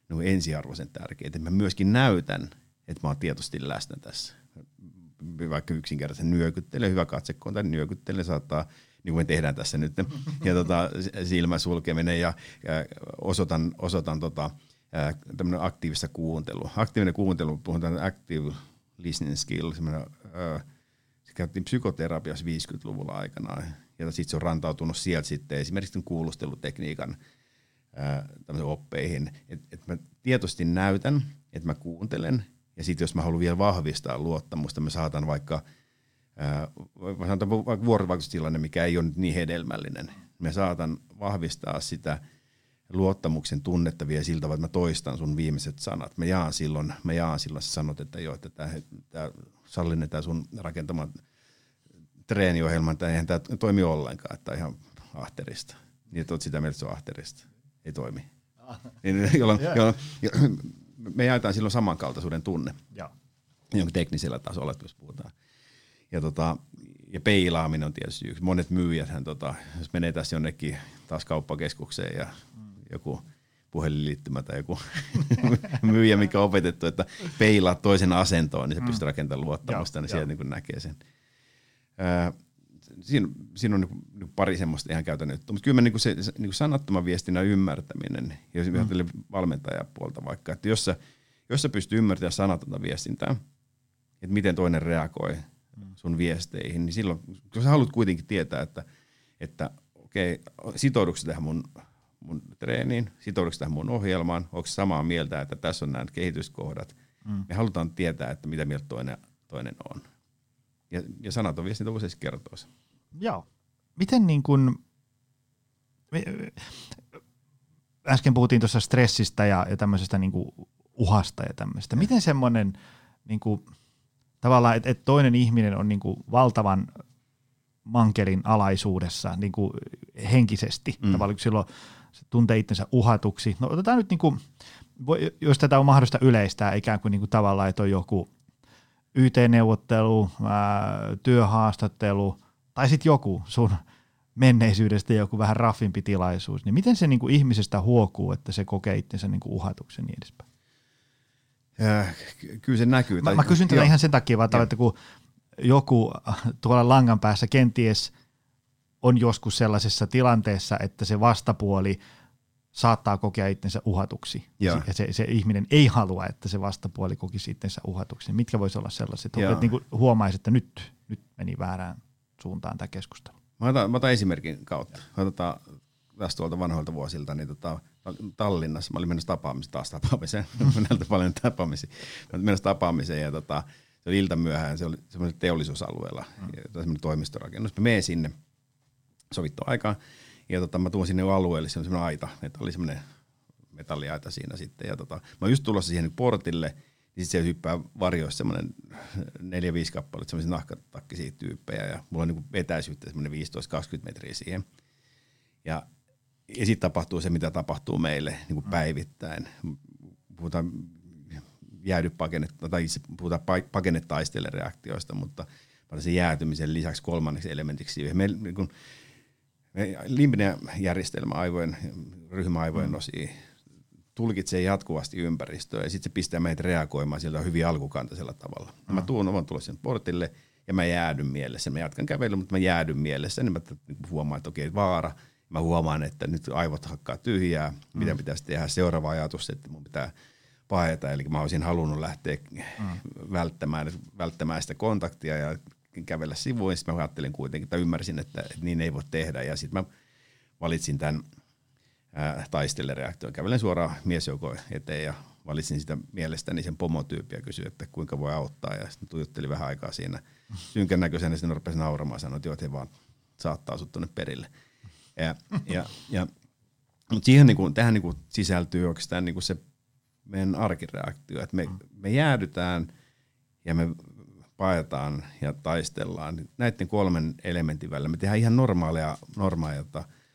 niin ensiarvoisen tärkeää, että mä myöskin näytän, että mä oon tietoisesti läsnä tässä. Vaikka yksinkertaisen nyökyttelen, hyvä katsekonta, nyökyttelen saattaa, niin kuin me tehdään tässä nyt, ja tota, silmä sulkeminen ja, ja osoitan, osoitan tota, tämmöinen aktiivista kuuntelua. Aktiivinen kuuntelu, puhutaan active listening skill, semmoinen, ää, se käytettiin psykoterapiassa viisikymmentäluvulla aikanaan, ja sitten se on rantautunut sieltä sitten esimerkiksi kuulustelutekniikan ää, oppeihin, että et mä tietoisesti näytän, että mä kuuntelen, ja sitten jos mä haluan vielä vahvistaa luottamusta, mä saatan vaikka, ää, sanotaan vaikka vuorovaikutustilanne, mikä ei ole nyt niin hedelmällinen, mä saatan vahvistaa sitä luottamuksen tunnetta vielä siltä, että mä toistan sun viimeiset sanat. Mä jaan silloin, mä jaan silloin sä sanot, että joo, että tää, tää Sallinen, tää sun rakentama treeniohjelma, että eihän tää toimi ollenkaan, että ihan ahterista. Niin, että oot sitä mieltä, että se on ahterista. Ei toimi. Niin, jolloin, yeah. jolloin, me jaetaan silloin samankaltaisuuden tunne. Yeah. Jonkin teknisellä tasolla, jos puhutaan. Ja, tota, ja peilaaminen on tietysti yksi. Monet myyjäthän, tota, jos menee tässä jonnekin taas kauppakeskukseen ja joku puhelinliittymä tai joku myyjä, mikä on opetettu, että peilaa toisen asentoon, niin se mm. pystyy rakentamaan luottamusta, ja, niin ja. sieltä niin näkee sen. Ää, siinä, siinä on niin pari semmoista ihan käytännön juttua, mutta kyllä mä niin se niin sanattoman viestinnän ymmärtäminen, jos mm. valmentajapuolta vaikka, että jos sä, jos sä pystyy ymmärtämään sanatonta viestintää, että miten toinen reagoi mm. sun viesteihin, niin silloin, kun sä haluat kuitenkin tietää, että, että okei, sitoudutko tähän mun mun treeniin, sitoudutko tähän mun ohjelmaan, onko samaa mieltä, että tässä on nämä kehityskohdat. Mm. Me halutaan tietää, että mitä mieltä toinen, toinen on. Ja, ja sanaton viestintä usein kertoo sen. Joo. Miten niin kun, äsken puhuttiin tuossa stressistä ja, ja tämmöisestä niin kuin uhasta ja tämmöistä. Ja. Miten semmoinen niin kuin, tavallaan, että et toinen ihminen on niin kuin valtavan mankelin alaisuudessa niin kuin henkisesti, mm. tavallaan kun silloin se tuntee itsensä uhatuksi. No otetaan nyt, niin kuin, jos tätä on mahdollista yleistää, ikään kuin, niin kuin tavallaan, että on joku Y T-neuvottelu, ää, työhaastattelu, tai sitten joku sun menneisyydestä joku vähän raffimpi tilaisuus, niin miten se niin kuin ihmisestä huokuu, että se kokee itsensä niin kuin uhatuksi ja niin edespäin? Ja, kyllä se näkyy. Mä, mä kysyn tätä ihan sen takia, vaan että kun joku tuolla langan päässä kenties on joskus sellaisessa tilanteessa, että se vastapuoli saattaa kokea itsensä uhatuksi. Ja, ja se, se ihminen ei halua, että se vastapuoli kokisi itsensä uhatuksi. Mitkä voisi olla sellaiset, että niin huomaisi, että nyt, nyt meni väärään suuntaan tämä keskustelu? Mä otan, mä otan esimerkin kautta. Otetaan tästä tuolta vanhoilta vuosilta, niin tota, Tallinnassa, mä olin menossa tapaamiseen, taas tapaamiseen, näiltä paljon tapaamisia. Mä olin menossa tapaamiseen ja tota, se oli iltamyöhään, se oli semmoinen teollisuusalueella, mm. semmoinen toimistorakennus. Mä menen sinne sovittoaikaan ja tota, mä tuun sinne alueelle, se on semmoinen aita, että oli semmoinen metalliaita siinä sitten. Ja tota, mä oon just tulossa siihen portille, niin sitten se hyppää varjoissa semmoinen neljä viisi kappaletta, semmoisia nahkatakkisia tyyppejä ja mulla on niin etäisyyttä semmoinen viisitoista kaksikymmentä metriä siihen. Ja, ja sitten tapahtuu se, mitä tapahtuu meille niin kuin päivittäin. Puhutaan jäädy pakennetta, tai itse puhutaan pakennetaistelereaktioista, mutta sen jäätymisen lisäksi kolmanneksi elementiksi. Me, niin kuin, me limbinen järjestelmä aivojen, ryhmäaivojen osia tulkitsee jatkuvasti ympäristöä ja sitten se pistää meitä reagoimaan sieltä hyvin alkukantaisella tavalla. Mm. Mä tuun oman tulossa sen portille ja mä jäädyn mielessä. Mä jatkan kävelyä, mutta mä jäädyn mielessä. Niin mä huomaan, että okei, vaara. Mä huomaan, että nyt aivot hakkaa tyhjää. Mm. Mitä pitäisi tehdä? Seuraava ajatus, että mun pitää paeta. Eli mä olisin halunnut lähteä mm. välttämään, välttämään sitä kontaktia ja kävellä sivuun. Sitten mä ajattelin kuitenkin, että ymmärsin, että, että niin ei voi tehdä. Ja sitten mä valitsin tämän taistelereaktion. Kävelen suoraan miesjoukon eteen ja valitsin sitä mielestäni sen pomotyyppiä ja kysyin, että kuinka voi auttaa. Ja sitten tuijottelin vähän aikaa siinä synkän näköisenä, sitten rupesin nauramaan ja sanoin, että joo, että he vaan saattaa sut tuonne perille. Ja, ja, ja, mutta siihen niin kuin, tähän niin kuin sisältyy oikeastaan niin kuin se meidän arkireaktio, että me, me jäädytään ja me paetaan ja taistellaan näiden kolmen elementin välillä. Me tehdään ihan normaaleja, normaaleja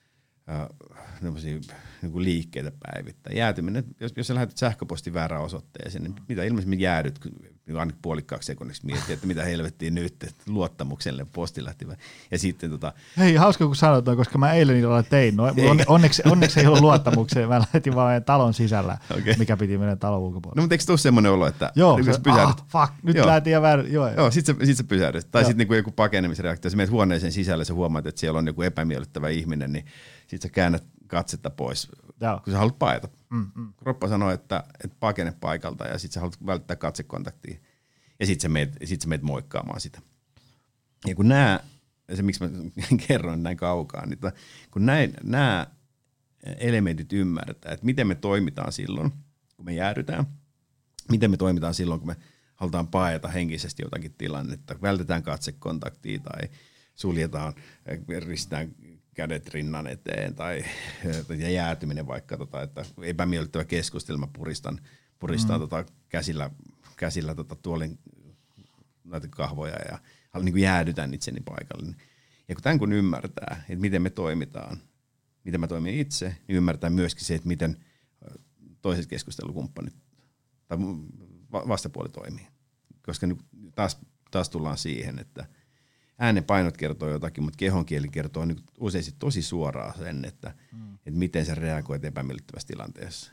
äh, niin liikkeitä päivittäin. Jäätyminen, jos, jos sä lähetät sähköpostin väärään osoitteeseen, niin mitä ilmeisemmin jäädyt, ainakin puolikkaaksi sekunniksi miettii, että mitä helvettiä nyt, että luottamukselle posti lähti. Ja sitten tota... Hei, hauska kun sanotaan, koska mä eilen illalla tein. No, onne, onneksi, onneksi ei ollut luottamukseen, mä lähetin vaan talon sisällä, okay. Mikä piti mennä talon ulkopuolella. No mutta eikö tuu semmoinen olo, että joo, niin, se, sä pysähdyt? Ah, fuck, nyt lähti ja väärin. Joo, joo sit, sä, sit sä pysähdyt. Tai sitten niin joku pakenemisreaktio, sä menet huoneeseen sisälle, sä huomaat, että siellä on joku epämiellyttävä ihminen, niin sit sä käännät katsetta pois, joo. Kun sä haluat paeta. Mm, mm. Kroppa sanoo, että, että pakene paikalta ja sit sä haluat välttää katsekontaktia. Ja sit sä meet, sit sä meet moikkaamaan sitä. Ja kun nää, se miksi mä kerroin näin kaukaa, niin kun näin, nää elementit ymmärtää, että miten me toimitaan silloin, kun me jäädytään, miten me toimitaan silloin, kun me halutaan paeta henkisesti jotakin tilannetta, vältetään katsekontaktia tai suljetaan, ristään kädet rinnan eteen tai ja jäätyminen vaikka, tota, että epämiellyttävä keskustelma puristan, puristan mm. tota, käsillä, käsillä tota, tuolin näitä kahvoja ja niin kuin jäädytän itseni paikalle. Ja kun tämän kun ymmärtää, että miten me toimitaan, miten mä toimin itse, niin ymmärtää myöskin se, että miten toiset keskustelukumppanit tai vastapuoli toimii. Koska taas, taas tullaan siihen, että äänenpainot kertoo jotakin, mutta kehonkieli kertoo niin usein tosi suoraan sen, että, mm. että miten sä reagoit epämiellyttävässä tilanteessa.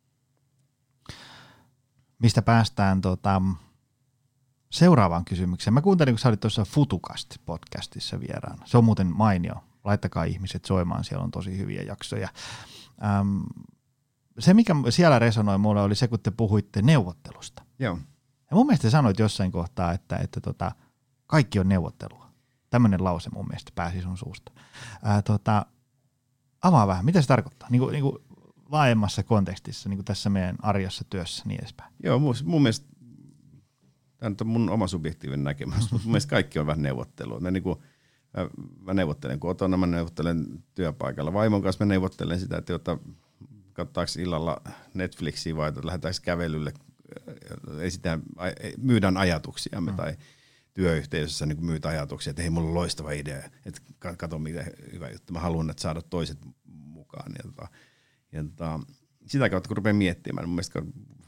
Mistä päästään tota, seuraavaan kysymykseen. Mä kuuntelin, kun sä olit tuossa Futukast-podcastissa vieraana. Se on muuten mainio. Laittakaa ihmiset soimaan, siellä on tosi hyviä jaksoja. Ähm, se, mikä siellä resonoi mulle, oli se, kun te puhuitte neuvottelusta. Joo. Ja mun mielestä sanoit jossain kohtaa, että, että tota, kaikki on neuvottelua. Tämmöinen lause mun mielestä pääsi sun suusta. Ää, tota, avaa vähän, mitä se tarkoittaa? Niin kuin, niin kuin laajemmassa kontekstissa, niin kuin tässä meidän arjessa, työssä, niin edespäin. Joo, mun, mun mielestä, tämä on mun oma subjektiivinen näkemys, mutta mun mielestä kaikki on vähän neuvottelua. Mä, niin kuin, mä, mä neuvottelen kotona, mä neuvottelen työpaikalla. Vaimon kanssa mä neuvottelen sitä, että jotta katsotaanko illalla Netflixiä vai lähdetäänkö kävelylle, esitään, myydään ajatuksiamme mm. tai työyhteisössä niin myyt ajatuksia, että hei, mulla on loistava idea, että kato mitä hyvä juttu, mä haluan että saada toiset mukaan. Ja, tota, ja tota, sitä kautta kun rupean miettimään, mun mielestä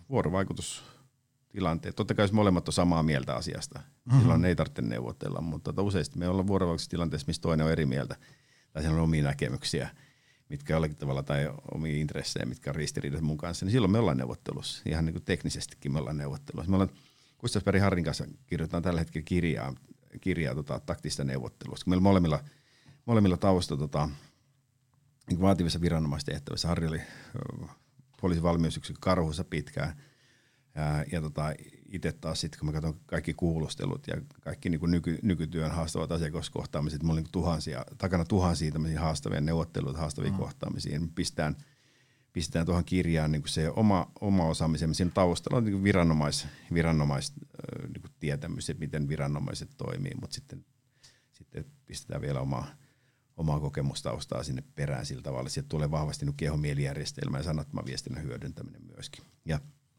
vuorovaikutustilanteet, totta kai jos molemmat on samaa mieltä asiasta, mm-hmm. silloin ei tarvitse neuvotella, mutta tota, useasti me ollaan vuorovaikutustilanteessa, missä toinen on eri mieltä, tai siellä on omia näkemyksiä, mitkä jollakin tavalla, tai omia intressejä, mitkä on ristiriidassa mun kanssa, niin silloin me ollaan neuvottelussa, ihan niin kuin teknisestikin me ollaan neuvottelussa. Me ollaan Gustavsberg Harrin kanssa kirjoitetaan tällä hetkellä kirjaa, kirjaa tota, taktista neuvottelusta. Meillä molemmilla, molemmilla tausta tota, niin vaativissa viranomaistehtävissä. Harri oli poliisin valmiusyksikön Karhussa pitkään. Ja, ja tota, itse taas sitten, kun mä katson kaikki kuulustelut ja kaikki niin kuin nyky, nykytyön haastavat asiakaskohtaamiset, mulla on niin tuhansia, takana tuhansia tämmöisiä haastavia neuvotteluita, haastavia mm. kohtaamisia. Me pistään pistetään tuohon kirjaan niin kuin se oma, oma osaamisen, siinä taustalla on niin kuin viranomais, viranomais niin kuin tietämys, että miten viranomaiset toimii, mutta sitten, sitten pistetään vielä omaa, omaa kokemustaustaa sinne perään sillä tavalla. Sieltä tulee vahvasti niin kehomielijärjestelmä ja sanattoman viestinnän hyödyntäminen myöskin. Ja,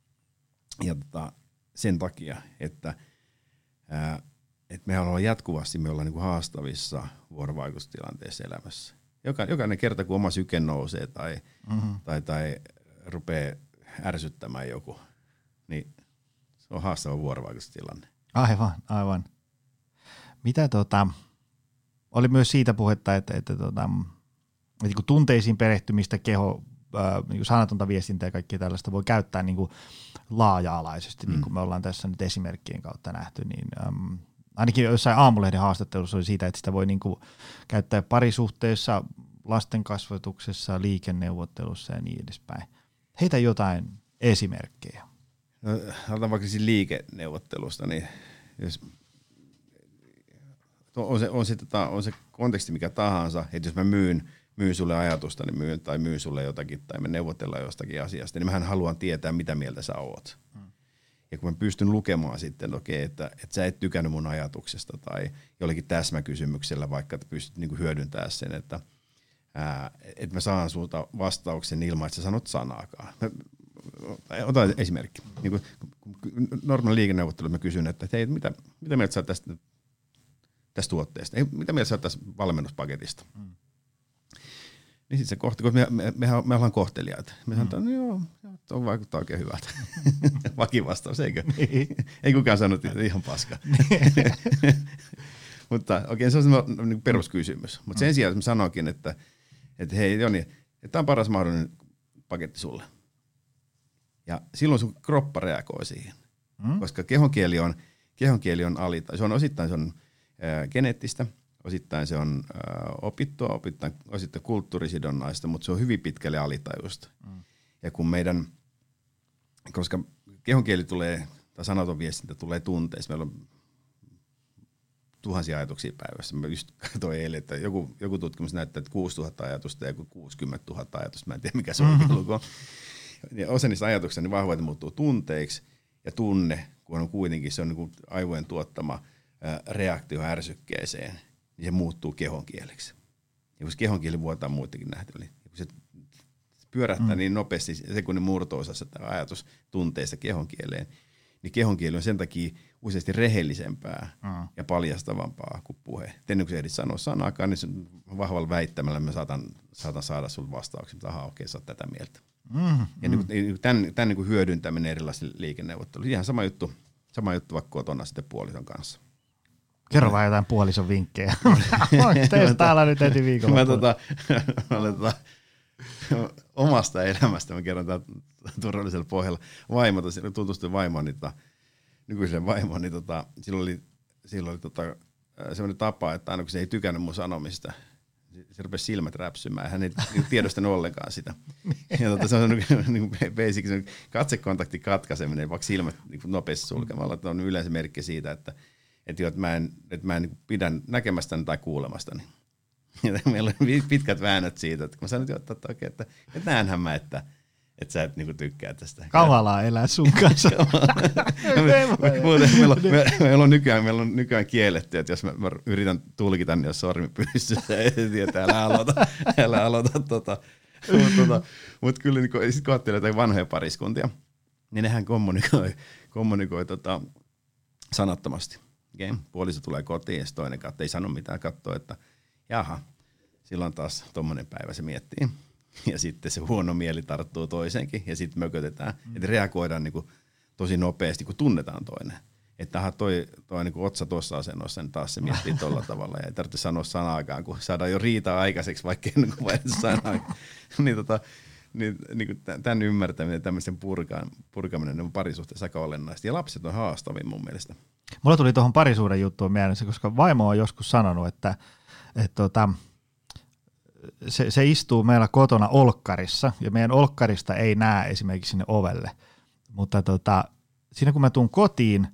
ja tota, sen takia, että, ää, että mehän ollaan jatkuvasti, me ollaan niin kuin haastavissa vuorovaikutustilanteissa elämässä. Jokainen kerta, kun oma syke nousee tai, mm-hmm. tai, tai rupeaa ärsyttämään joku, niin se on haastava vuorovaikutustilanne. Aivan, aivan. Mitä tota, oli myös siitä puhetta, että, että, tota, että kun tunteisiin perehtymistä, keho, äh, niin sanatonta viestintää ja kaikkea tällaista voi käyttää niin kuin laaja-alaisesti, mm. niin kuin me ollaan tässä nyt esimerkkien kautta nähty, niin äm, ainakin jossain Aamulehden haastattelussa oli siitä, että sitä voi niinku käyttää parisuhteessa, lasten kasvatuksessa, liikenneuvottelussa ja niin edespäin. Heitä jotain esimerkkejä. No, aloitan vaikka siis liikenneuvottelusta, niin jos on se, on, se, tota, on se konteksti mikä tahansa, että jos mä myyn, myyn sulle ajatusta niin myyn, tai myyn sulle jotakin tai me neuvotellaan jostakin asiasta, niin mähän haluan tietää, mitä mieltä sä oot. Hmm. Ja kun mä pystyn lukemaan sitten, okay, että, että sä et tykännyt mun ajatuksesta tai jollekin täsmäkysymyksellä vaikka, että pystyt niinku hyödyntämään sen, että, ää, että mä saan sulta vastauksen ilman, että sä sanot sanaakaan. Mä, otan esimerkki. Niin kun, normaali liikenneuvottelu mä kysyn, että hei, mitä, mitä mieltä sä oot tästä, tästä tuotteesta? Ei, mitä mieltä sä oot tästä valmennuspaketista? Mm. niin sitten se kohta, kun me, me, me, me ollaan kohteliaita. Me sanotaan, mm. no joo, tuo vaikuttaa oikein hyvältä. Vakivastaus, eikö? Niin. Ei kukaan sanonut, että ihan paska. Mutta okei, okay, se on semmoinen niin peruskysymys. Mutta sen sijaan, että mä sanoinkin, että, että hei Joni, että tämä on paras mahdollinen paketti sulle. Ja silloin sun kroppa reagoi siihen. Mm. Koska kehonkieli on, kehonkieli on alita. Se on osittain se on, äh, geneettistä, osittain se on äh, opittua, opittain, osittain kulttuurisidonnaista, mutta se on hyvin pitkälle alitajuista. Mm. Ja kun meidän, koska kehonkieli tulee, tai sanaton viestintä tulee tunteissa, meillä on tuhansia ajatuksia päivässä. Mä just katsoin eilen, että joku, joku tutkimus näyttää, että kuusituhatta ajatusta ja joku kuusikymmentätuhatta ajatusta. Mä en tiedä, mikä se on mm-hmm. luku. Ja osa niistä ajatuksista niin vahvoita muuttuu tunteiksi, ja tunne, kun on kuitenkin se on niin kuin aivojen tuottama ää, reaktio ärsykkeeseen, niin se muuttuu kehonkieleksi. Ja kun se kehonkieli vuotaa muitakin nähty, niin kun se pyörähtää mm. niin nopeasti sekunnin murto-osassa tämä ajatus tunteista kehonkieleen, niin kehonkieli on sen takia useasti rehellisempää mm. ja paljastavampaa kuin puhe. Ennen kuin sä ehdit sanoa sanaakaan, niin vahvalla väittämällä mä saatan, saatan saada sulle vastauksen, että ahaa, okei, sä oot tätä mieltä. Mm. Ja mm. niin, tämän, tämän niin hyödyntäminen erilaisille liikenneuvotteluille. Ihan sama juttu, sama juttu vaikka kotona sitten puolison kanssa. Kerro vaan jotain puolison vinkkejä. Teistä täällä nyt heti viikolla. Mä tota, tota, omasta elämästä mä kerron täällä turvallisella pohjalla. Vaimo, tutustuin vaimoon, niin, tota, nykyiseen vaimoon, niin tota, sillä oli, sillä oli tota, sellainen tapa, että aina kun se ei tykännyt mun sanomista, se rupesi silmät räpsymään. Hän ei tiedostanut ollenkaan sitä. Ja tota, se on niin basic, se katsekontakti katkaiseminen, vaikka silmät niin nopeasti sulkemalla. On yleensä merkki siitä, että, että, jo, että mä en, että mä en niin pidä näkemästäni tai kuulemastani. Ja meillä on pitkät väännöt siitä, että kun mä sanoin, että, että, okay, että, että näenhän mä, että, että sä et niinku tykkää tästä. Kavalaa elää sun kanssa. meillä, on, me, meillä, on nykyään, meillä on nykyään kielletty, että jos mä, mä yritän tulkita, niin jos sormi pystyssä, ei tiedä, älä aloita. Älä aloita tota. Mutta tota, mut kyllä niin sitten kun ajattelee jotain vanhoja pariskuntia, niin nehän kommunikoi, kommunikoi tota, sanattomasti. Okay? Puoliso tulee kotiin ja toinen katsoo, ei sano mitään, katsoo, että jaha, silloin taas tommonen päivä se miettii. Ja sitten se huono mieli tarttuu toiseenkin ja sitten mökötetään. Mm. Että reagoidaan niinku tosi nopeasti, kun tunnetaan toinen. Että aha, toi, toi niinku otsa tuossa asennossa, niin taas se miettii tolla tavalla. Ja ei tarvitse sanoa sanaakaan, kun saadaan jo riitaa aikaiseksi, vaikka ennen kuin vaihdetaan sanaa. niin tota, niin, niinku tämän ymmärtäminen, tämmöisen purkaan, purkaminen on parisuhteessa aika olennaista. Ja lapset on haastavin mun mielestä. Mulla tuli tuohon parisuuden juttuun mielessä, koska vaimo on joskus sanonut, että et tota, se, se istuu meillä kotona olkkarissa ja meidän olkkarista ei näe esimerkiksi sinne ovelle. Mutta tota, siinä kun mä tuun kotiin,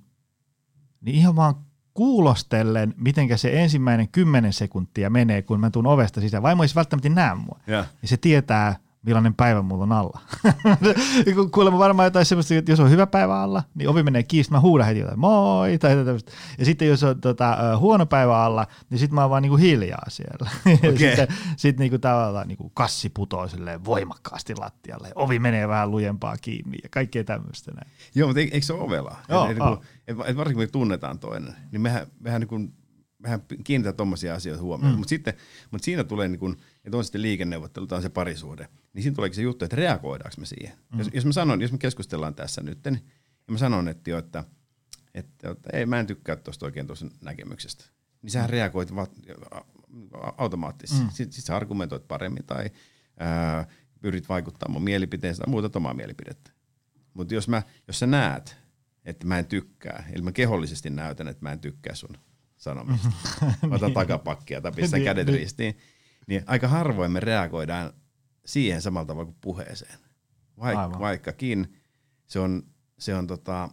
niin ihan vaan kuulostellen, mitenkä se ensimmäinen kymmenen sekuntia menee, kun mä tuun ovesta sisään. Vaimo ei välttämättä näe mua. Yeah. Ja se tietää, millainen päivä mulla on alla. Kuulemma varmaan jotain semmoista, että jos on hyvä päivä alla, niin ovi menee kiinni, mä huudan heti jotain moi tai tämmöistä. Ja sitten jos on tota, huono päivä alla, niin sitten mä oon vaan niinku hiljaa siellä. Okay. sitten sit niinku tavallaan niinku kassi putoo voimakkaasti lattialle, ovi menee vähän lujempaa kiinni ja kaikkea tämmöistä näin. Joo, mutta eikö se ole ovelaa? Joo, et, oh. et, et varsinkin kun me tunnetaan toinen, niin mehän, mehän niinku mehän kiinnitetään tommosia asioita huomioon, mm. mutta sitten, mutta siinä tulee niin kun, että on sitten liikenneuvottelu tai on se parisuhde, niin siinä tuleekin se juttu, että reagoidaanko me siihen. Mm. Jos, jos mä sanon, jos me keskustellaan tässä nyt, niin mä sanon, että, jo, että, että, että ei, mä en tykkää tuosta oikein tuosta näkemyksestä, niin sähän reagoit va- automaattisesti. Mm. Sitten sit sä argumentoit paremmin tai ää, pyrit vaikuttamaan mun mielipiteensä tai muuta omaa mielipidettä. Mutta jos, jos sä näet, että mä en tykkää, eli mä kehollisesti näytän, että mä en tykkää sun sanomista. Ota niin. takapakkia tai pistää niin, kädet niin. ristiin. Niin aika harvoin me reagoidaan siihen samalla tavalla kuin puheeseen. Vaik- vaikkakin se on, se on tota,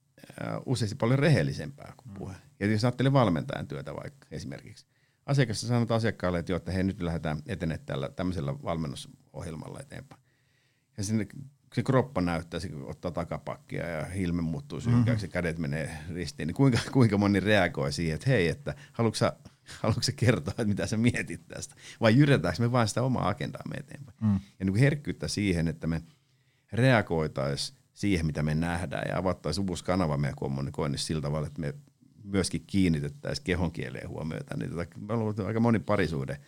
useasti paljon rehellisempää kuin puhe. Ja jos ajattelee valmentajan työtä vaikka esimerkiksi. Asiakasta sanotaan asiakkaalle, että, jo, että hei, nyt lähdetään etenemään tällä tämmöisellä valmennusohjelmalla eteenpäin. Ja sinne se kroppa näyttää, se ottaa takapakkia ja hilme muuttuu synkääksi mm-hmm. ja kädet menee ristiin, niin kuinka, kuinka moni reagoi siihen, että hei, että haluatko sä, haluatko sä kertoa, että mitä sä mietit tästä, vai jyrätäänkö me vain sitä omaa agendaamme eteenpäin. Mm. Ja niin kuin herkkyyttä siihen, että me reagoitaisiin siihen, mitä me nähdään ja avattaisiin uusi kanava meidän kommunikoinnissa sillä tavalla, että me myöskin kiinnitettäisiin kehonkieleen huomiota. Niin tota, me ollaan aika moni parisuhde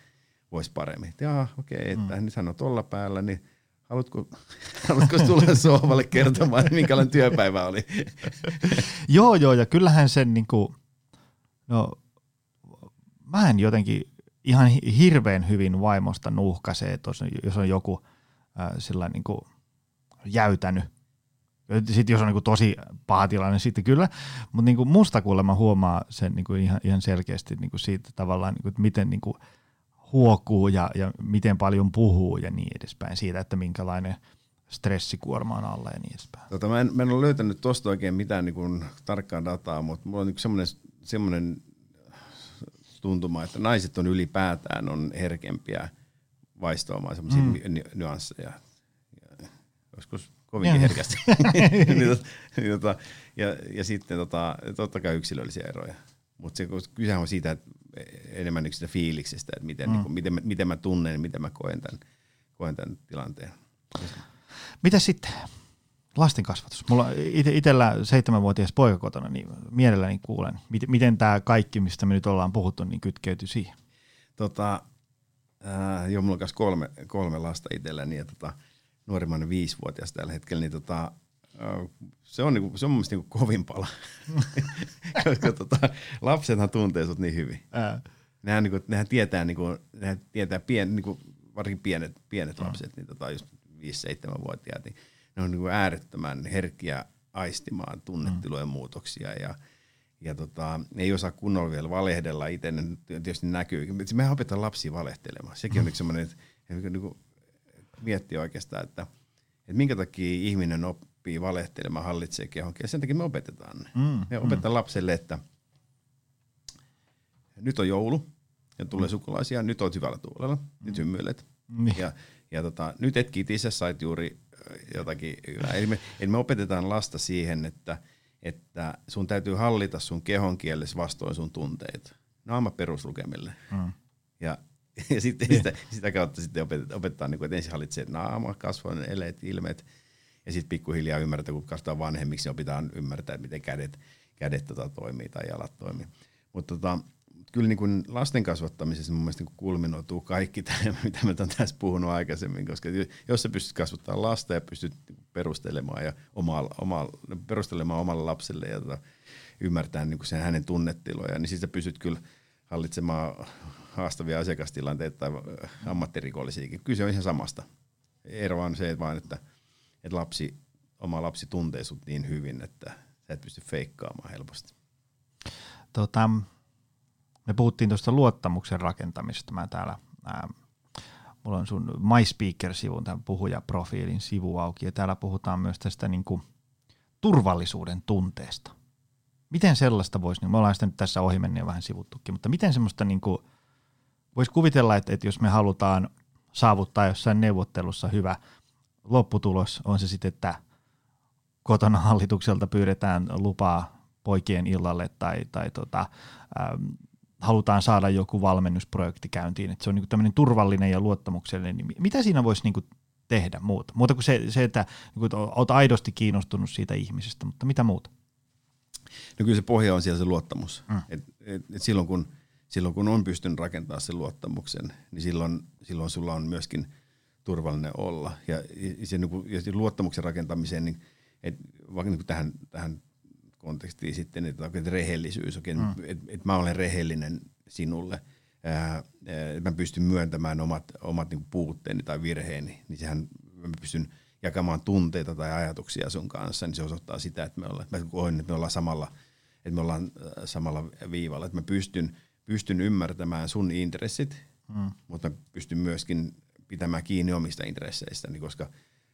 voisi paremmin. Jaa, okei, okay, että mm. nythän on tuolla päällä, niin haluatko, haluatko tulla sohvalle kertomaan, minkälainen työpäivä oli? Joo, joo, ja kyllähän sen niinku, no mä en jotenkin ihan hirveän hyvin vaimosta nuhkaisee, että jos on joku äh, sillä niinku jäytänyt. Sitten jos on niinku tosi paha tilanne, sitten kyllä, mutta niinku musta kuulemma huomaa sen niinku ihan, ihan selkeästi niinku siitä tavallaan, niinku, että miten niinku huokuu ja, ja miten paljon puhuu ja niin edespäin, siitä, että minkälainen stressikuorma on alla ja niin edespäin. Tota, mä, en, mä en ole löytänyt tuosta oikein mitään niinku tarkkaa dataa, mutta mulla on niinku semmoinen, semmoinen tuntuma, että naiset on ylipäätään on herkempiä vaistoamaan semmoisia mm. nyansseja. Joskus kovinkin herkästi. niin, tota, ja, ja sitten tota, totta kai yksilöllisiä eroja. Mutta kysehän on siitä, että enemmän sitä fiiliksestä, että miten, mm. niin kuin, miten, miten mä tunnen ja miten mä koen tämän, koen tämän tilanteen. Mitä sitten? Lasten kasvatus. Mulla ite, itellä seitsemänvuotias poika kotona, niin mielelläni kuulen, miten, miten tämä kaikki, mistä me nyt ollaan puhuttu, niin kytkeytyy siihen. Tota, äh, joo, mulla on myös kolme, kolme lasta itselläni ja tota, nuorimmainen viisivuotias tällä hetkellä, niin tota, äh, se on, niinku, se on mun mielestä niinku kovin pala, koska tota, lapsethan tuntee sut niin hyvin. Ää. Nehän, niinku, nehän tietää, niinku, nehän tietää pien, niinku, varsinkin pienet, pienet mm. lapset, niin tota, just viisi-seitsemänvuotiaat, niin ne on niin kuin äärettömän herkkiä aistimaan tunnetilojen mm. muutoksia ja, ja tota, ne ei osaa kunnolla vielä valehdella itse, ne tietysti näkyy. Mehän opetetaan lapsia valehtelemaan. Sekin on mm. semmoinen, että niin kuin miettii oikeastaan, että, että minkä takia ihminen oppii valehtelemaan, hallitsee kehonkin ja sen takia me opetetaan ne. Mm. Me opetetaan mm. lapselle, että nyt on joulu ja tulee mm. sukulaisia, nyt olet hyvällä tuulella, mm. nyt hymyilet. Mm. Ja, ja tota, nyt et kitise, sait juuri jotakin hyvää. Eli me, eli me opetetaan lasta siihen, että, että sun täytyy hallita sun kehon kielessä vastoin sun tunteita. Naama peruslukemille. Mm. Ja, ja sitten yeah. sitä, sitä kautta sitten opetetaan, opetetaan niin kuin, että ensin hallitsee naama, kasvoinen, eleet, ilmeet. Ja sitten pikkuhiljaa ymmärtää, kun kasvataan vanhemmiksi, niin opitaan ymmärtää, miten kädet, kädet tota, toimii tai jalat toimii. Mutta tota, kyllä niin kuin lasten kasvattamisessa mun mielestä niin kulminoituu kaikki tämä, mitä mä oon tässä puhunut aikaisemmin, koska jos sä pystyt kasvattamaan lasta ja pystyt perustelemaan, ja oma, oma, perustelemaan omalle lapselle ja tota, ymmärtämään niin kuin sen hänen tunnetiloja, niin siis sä pystyt kyllä hallitsemaan haastavia asiakastilanteita tai ammattirikollisiakin. Kyllä se on ihan samasta. Ero on se, että, vaan, että, että lapsi, oma lapsi tuntee sut niin hyvin, että sä et pysty feikkaamaan helposti. Tota... Me puhuttiin tuosta luottamuksen rakentamisesta. Mä täällä, ää, mulla on sun MySpeaker-sivun, tämän puhujaprofiilin sivu auki, ja täällä puhutaan myös tästä niinku turvallisuuden tunteesta. Miten sellaista voisi, niin me ollaan sitä nyt tässä ohimennen vähän sivuttukin, mutta miten semmoista niinku, voisi kuvitella, että, että jos me halutaan saavuttaa jossain neuvottelussa hyvä lopputulos, on se sitten, että kotona hallitukselta pyydetään lupaa poikien illalle tai, tai tota, ähm, halutaan saada joku valmennusprojekti käyntiin, että se on niinku tämmöinen turvallinen ja luottamuksellinen, niin mitä siinä voisi niinku tehdä muuta? Muuta kuin se, se että niinku, olet aidosti kiinnostunut siitä ihmisestä, mutta mitä muuta? No kyllä se pohja on siellä se luottamus. Mm. Et, et, et silloin, kun, silloin kun on pystynyt rakentamaan sen luottamuksen, niin silloin, silloin sulla on myöskin turvallinen olla. Ja, ja, se, ja se luottamuksen rakentamiseen, niin, et, vaikka niin tähän, tähän kontekstiin sitten, että, että rehellisyys, okay, mm. että, että mä olen rehellinen sinulle, että mä pystyn myöntämään omat, omat niin kuin puutteeni tai virheeni, niin sehän mä pystyn jakamaan tunteita tai ajatuksia sun kanssa, niin se osoittaa sitä, että me ollaan, mä koen, että me ollaan samalla, että me ollaan samalla viivalla, että mä pystyn, pystyn ymmärtämään sun intressit, mm. mutta pystyn myöskin pitämään kiinni omista intresseistäni, koska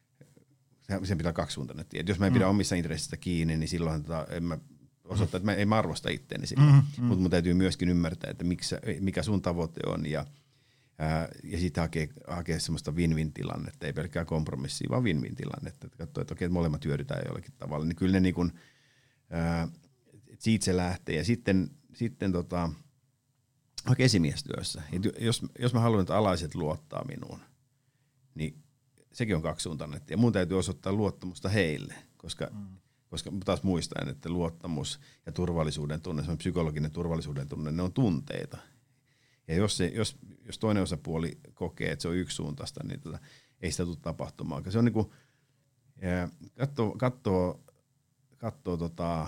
sen pitää kaksisuuntainen tie. Jos mä en pidä mm. omissa intressistä kiinni, niin silloin tota, en mä osoittaa, että mä en arvosta itteeni silloin. Mm, mm. Mutta mun täytyy myöskin ymmärtää, että miksi, mikä sun tavoite on ja, ää, ja sitten hakea, hakea semmoista win-win-tilannetta, ei pelkkää kompromissia, vaan win-win-tilannetta. Että katsoo, että okei, että molemmat hyödytään jollakin tavalla. Niin kyllä ne niin kun, ää, siitä se lähtee. Ja sitten, sitten tota, vaikka esimiestyössä, jos, jos mä haluan, että alaiset luottaa minuun, niin sekin on kaksisuuntainen. Ja mun täytyy osoittaa luottamusta heille, koska, mm. koska taas muistan, että luottamus ja turvallisuuden tunne, semmoinen psykologinen turvallisuuden tunne, ne on tunteita. Ja jos, se, jos, jos toinen osapuoli kokee, että se on yksisuuntaista, niin tota, ei sitä tule tapahtumaan. Se on niinku, katsoo, katsoo, katsoo tota,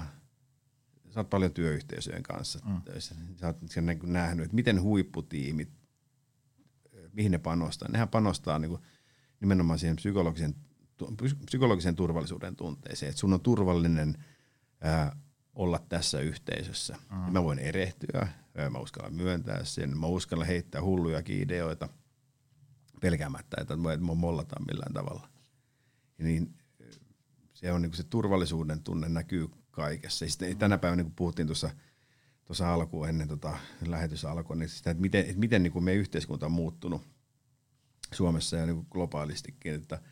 sä oot paljon työyhteisöjen kanssa mm. töissä. Sä oot sen niin kuin nähnyt, että miten huipputiimit, mihin ne panostaa. Nehän panostaa niin kuin nimenomaan siihen psykologisen, psykologisen turvallisuuden tunteeseen, että sun on turvallinen ää, olla tässä yhteisössä. Mm. Mä voin erehtyä, mä uskallan myöntää sen, mä uskallan heittää hullujakin ideoita pelkäämättä, että mä mollataan millään tavalla. Ja niin, se on niin kuin se turvallisuuden tunne näkyy kaikessa. Sitten tänä päivänä, kun puhuttiin tuossa tuossa alkuun ennen tota lähetys alkoi, niin sitä, että miten, että miten niin kuin meidän yhteiskunta on muuttunut Suomessa ja niin kuin globaalistikin, että,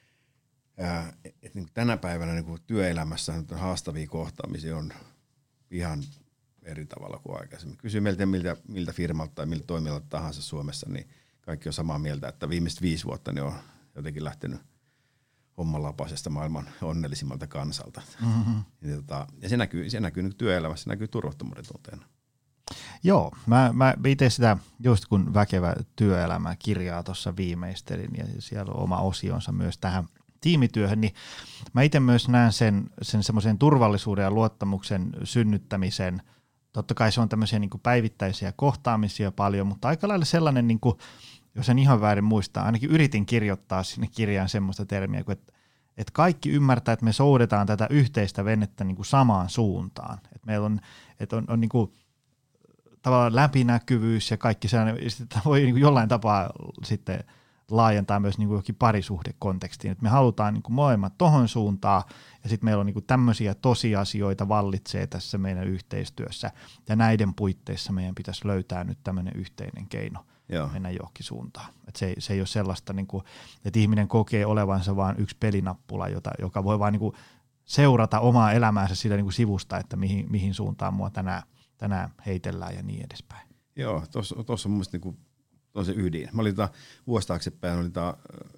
ää, että niin kuin tänä päivänä niin kuin työelämässä on haastavia kohtaamisia on ihan eri tavalla kuin aikaisemmin. Kysy meiltä miltä, miltä firmalta tai miltä toimialalta tahansa Suomessa, niin kaikki on samaa mieltä, että viimeiset viisi vuotta ne on jotenkin lähtenyt homman lapasesta maailman onnellisimmalta kansalta. Mm-hmm. Ja, tota, ja se näkyy, se näkyy nyt työelämässä, se näkyy turvattomuuden tunteena. Joo, mä, mä itse sitä, just kun Väkevä työelämä kirjaa tuossa viimeistelin, ja siellä on oma osionsa myös tähän tiimityöhön, niin mä itse myös näen sen, sen semmoisen turvallisuuden ja luottamuksen synnyttämisen. Totta kai se on tämmöisiä niin kuin päivittäisiä kohtaamisia paljon, mutta aika lailla sellainen, niin kuin, jos en ihan väärin muista, ainakin yritin kirjoittaa sinne kirjaan semmoista termiä, että, että kaikki ymmärtää, että me soudetaan tätä yhteistä venettä niin kuin samaan suuntaan. Että meillä on, että on, on niin kuin tavallaan läpinäkyvyys ja kaikki sellainen, sitä voi niin kuin jollain tapaa sitten laajentaa myös niin kuin jokin parisuhdekontekstiin, että me halutaan niin kuin molemmat tohon suuntaan ja sitten meillä on niin kuin tämmöisiä tosiasioita vallitsee tässä meidän yhteistyössä ja näiden puitteissa meidän pitäisi löytää nyt tämmöinen yhteinen keino. Joo. Mennä johonkin suuntaan. Et se, se ei ole sellaista, niin kuin, että ihminen kokee olevansa vain yksi pelinappula, jota, joka voi vain niin kuin seurata omaa elämäänsä sillä niin kuin sivusta, että mihin, mihin suuntaan mua tänään, tänään heitellään ja niin edespäin. Joo, tuossa on mun mielestä niin on se ydin. Mä olin tota, vuosi taaksepäin, olin tota,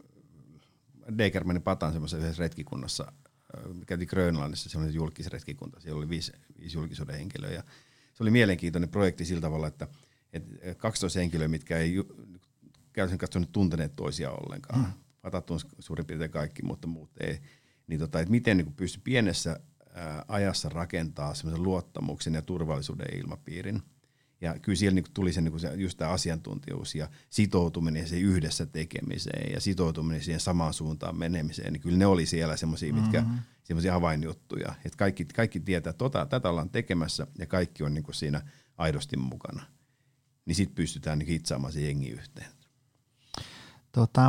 Degermanin Patan semmoisessa retkikunnassa, käytiin Grönlannissa, semmoinen julkisretkikunta, siellä oli viisi, viisi julkisuuden henkilöä ja se oli mielenkiintoinen projekti sillä tavalla, että Et kaksitoista henkilöä, mitkä ei käytännössä katsoneet tunteneet toisia ollenkaan. Mm. Patat on suurin piirtein kaikki, mutta muut ei. Niin tota, että miten niin pystyy pienessä ää, ajassa rakentaa semmoisen luottamuksen ja turvallisuuden ilmapiirin. Ja kyllä siellä niin tuli se, niin se, just tämä asiantuntijuus ja sitoutuminen siihen yhdessä tekemiseen ja sitoutuminen siihen samaan suuntaan menemiseen. Niin kyllä ne oli siellä semmoisia, mitkä mm-hmm. semmoisia avainjuttuja. Että kaikki, kaikki tietää, että tota, tätä ollaan tekemässä ja kaikki on niin siinä aidosti mukana. Niin sitten pystytään niin hitsaamaan se jengi yhteen. Tota,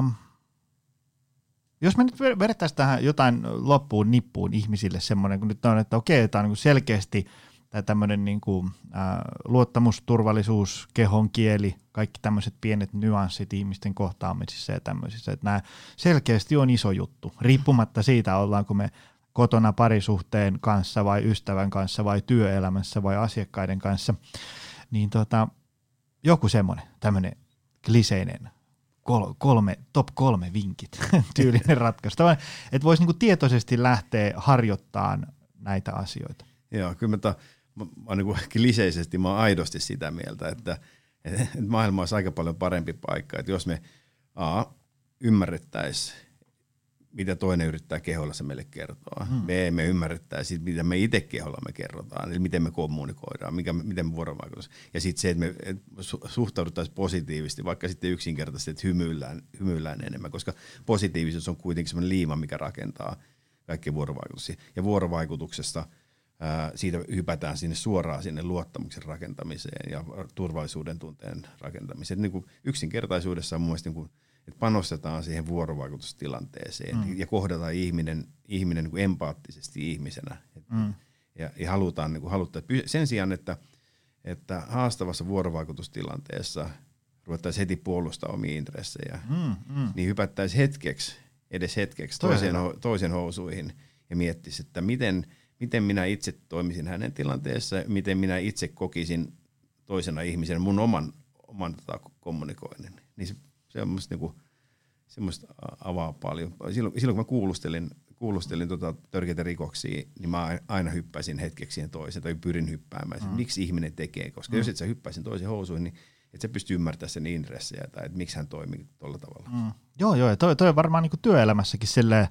jos me nyt vedettäisiin tähän jotain loppuun nippuun ihmisille semmoinen, kun nyt on, että okei, tämä on niin selkeästi tämmöinen niin kuin, ä, luottamus, turvallisuus, kehon kieli, kaikki tämmöiset pienet nyanssit ihmisten kohtaamisissa ja tämmöisissä, että nämä selkeästi on iso juttu, riippumatta siitä, ollaanko me kotona parisuhteen kanssa vai ystävän kanssa vai työelämässä vai asiakkaiden kanssa, niin tota, joku semmoinen tämmöinen kliseinen kol, kolme, top kolme vinkit tyylinen ratkaisu. Että voisi niinku tietoisesti lähteä harjoittamaan näitä asioita. Joo, kyllä mä, ta, mä, mä niinku kliseisesti mä oon aidosti sitä mieltä, että, että maailma olisi aika paljon parempi paikka. Että jos me a, ymmärrettäisiin, mitä toinen yrittää keholla se meille kertoa. Hmm. Me emme ymmärrettäisi, mitä me itse keholla me kerrotaan, eli miten me kommunikoidaan, mikä, miten me vuorovaikutus. Ja sitten se, että me suhtauduttaisiin positiivisesti, vaikka sitten yksinkertaisesti, että hymyillään, hymyillään enemmän, koska positiivisuus on kuitenkin sellainen liima, mikä rakentaa kaikkia vuorovaikutuksia. Ja vuorovaikutuksesta ää, siitä hypätään sinne suoraan sinne luottamuksen rakentamiseen ja turvallisuuden tunteen rakentamiseen. Niin kuin yksinkertaisuudessa on mun mielestä niin kuin että panostetaan siihen vuorovaikutustilanteeseen mm. ja kohdataan ihminen, ihminen niin kuin empaattisesti ihmisenä. Mm. Ja, ja halutaan, niin kuin halutaan, sen sijaan, että, että haastavassa vuorovaikutustilanteessa ruvettaisiin heti puolustaa omia intressejä, mm, mm. niin hypättäisiin hetkeksi, edes hetkeksi toisen, toisen housuihin ja miettisi, että miten, miten minä itse toimisin hänen tilanteessa, miten minä itse kokisin toisena ihmisenä mun oman, oman tota, kommunikoinnin. Niin se, Se on musta niinku, semmoista avaa paljon. Silloin, silloin kun mä kuulustelin, kuulustelin tota törkeitä rikoksia, niin mä aina hyppäisin hetkeksi siihen toiseen, tai pyrin hyppäämään. Mm. Miksi ihminen tekee? Koska mm. jos et sä hyppäisin toisen housuihin, niin että se pystyy ymmärtämään sen intressejä tai että miksi hän toimii tuolla tavalla. Mm. Joo, joo, ja toi, toi on varmaan niin kuin työelämässäkin silleen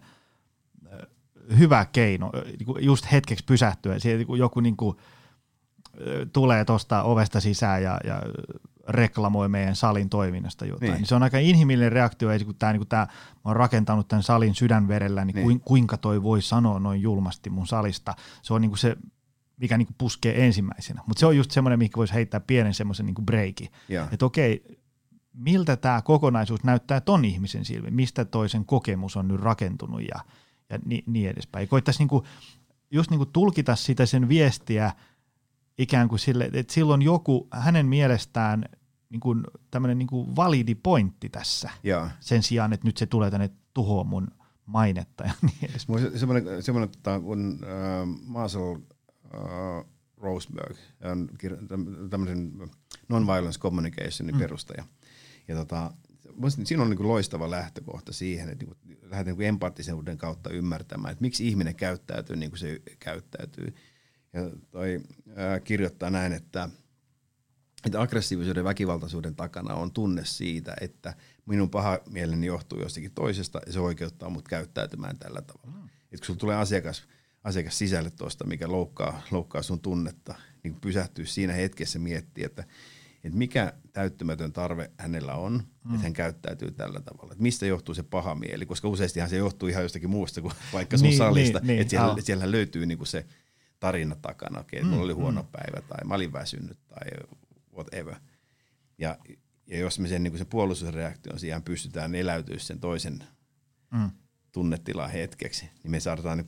hyvä keino, just hetkeksi pysähtyä. Siellä joku niin kuin tulee tuosta ovesta sisään ja, ja reklamoi meidän salin toiminnasta jotain. Niin. Niin se on aika inhimillinen reaktio, kun tämä, niin tämä, mä oon rakentanut tämän salin sydänverellä, niin, niin. kuinka toi voi sanoa noin julmasti mun salista. Se on niin kuin se, mikä niin kuin puskee ensimmäisenä. Mutta se on just semmoinen, mikä voisi heittää pienen semmoisen niin kuin breikin. Että okei, miltä tämä kokonaisuus näyttää ton ihmisen silmin, mistä toisen kokemus on nyt rakentunut ja, ja niin, niin edespäin. Koittaisi niin kuin, just niin kuin tulkita sitä sen viestiä ikään kuin sille, että sillä on joku hänen mielestään niin kuin tämmöinen niin kuin validi pointti tässä. Ja. Sen sijaan, että nyt se tulee tänne tuhoa mun mainetta ja niin edespäin. Semmoinen, semmoinen kun äh, Marshall äh, Rosenberg on tämmöisen non-violence communicationin mm. perustaja. Ja tota, siinä on niin kuin loistava lähtökohta siihen, että niin kuin lähdetään niin empaattisuuden kautta ymmärtämään, että miksi ihminen käyttäytyy niin kuin se käyttäytyy. Ja toi ää, kirjoittaa näin, että, että aggressiivisuuden ja väkivaltaisuuden takana on tunne siitä, että minun paha mieleni johtuu jostakin toisesta ja se oikeuttaa mut käyttäytymään tällä tavalla. Mm. Et kun sulla tulee asiakas, asiakas sisälle tuosta, mikä loukkaa, loukkaa sun tunnetta, niin pysähtyy siinä hetkessä miettiä, että, että mikä täyttymätön tarve hänellä on, mm. että hän käyttäytyy tällä tavalla. Että mistä johtuu se paha mieli, koska useastihan se johtuu ihan jostakin muusta kuin vaikka sun niin, salista, niin, että siellä, niin. siellä löytyy niinku se tarina takana, okei, okay, mm, mulla oli huono mm. päivä tai mä olin väsynyt tai whatever. Ja, ja jos me sen, niin sen puolustusreaktion sijaan pystytään eläytyä sen toisen mm. tunnetilaan hetkeksi, niin me saadaan,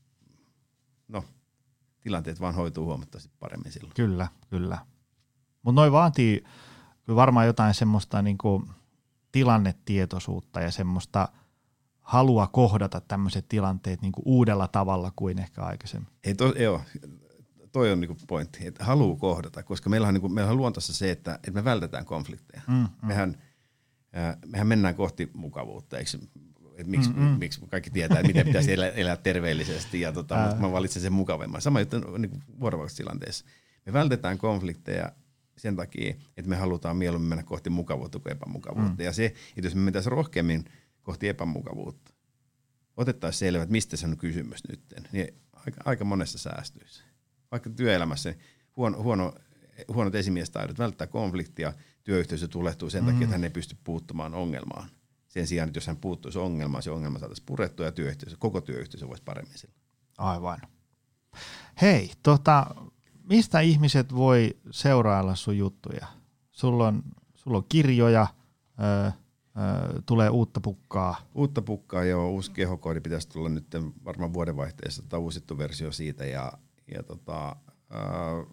no, tilanteet vaan hoituu huomattavasti paremmin silloin. Kyllä, kyllä. Mutta noi vaatii kyllä varmaan jotain semmoista niinku tilannetietoisuutta ja semmoista halua kohdata tämmöiset tilanteet niinku uudella tavalla kuin ehkä aikaisemmin. Ei to, joo, toi on niinku pointti, että haluu kohdata, koska meillä on, niinku, meillä on luontossa se, että, että me vältetään konflikteja. Mm, mm. Mehän, äh, mehän mennään kohti mukavuutta, eikö? Et miksi, mm, mm. miksi kaikki tietää, että miten pitäisi elää, elää terveellisesti, ja tota, mutta mä valitsen sen mukavemman. Sama juttu niin vuorovaikutustilanteessa. Me vältetään konflikteja sen takia, että me halutaan mieluummin mennä kohti mukavuutta kuin epämukavuutta. Mm. Ja se, että jos me mentäisiin rohkeammin kohti epämukavuutta, otettaisiin selvä, että mistä se on kysymys nyt, niin aika, aika monessa säästyisi. Vaikka työelämässä huono, huono, huonot esimiestaidot välttää konfliktia, työyhteisö tulehtuu sen mm. takia, että hän ei pysty puuttumaan ongelmaan. Sen sijaan, että jos hän puuttuisi ongelmaan, se ongelma saataisiin purettua ja työyhteisö, koko työyhteisö voisi paremmin sillä. Aivan. Hei, tota, mistä ihmiset voi seurailla sun juttuja? Sulla on, sulla on kirjoja, öö, öö, tulee uutta pukkaa. Uutta pukkaa, joo. Uusi kehokoodi pitäisi tulla nyt varmaan vuodenvaihteessa, tai uusittu versio siitä. Ja, ja tota, öö,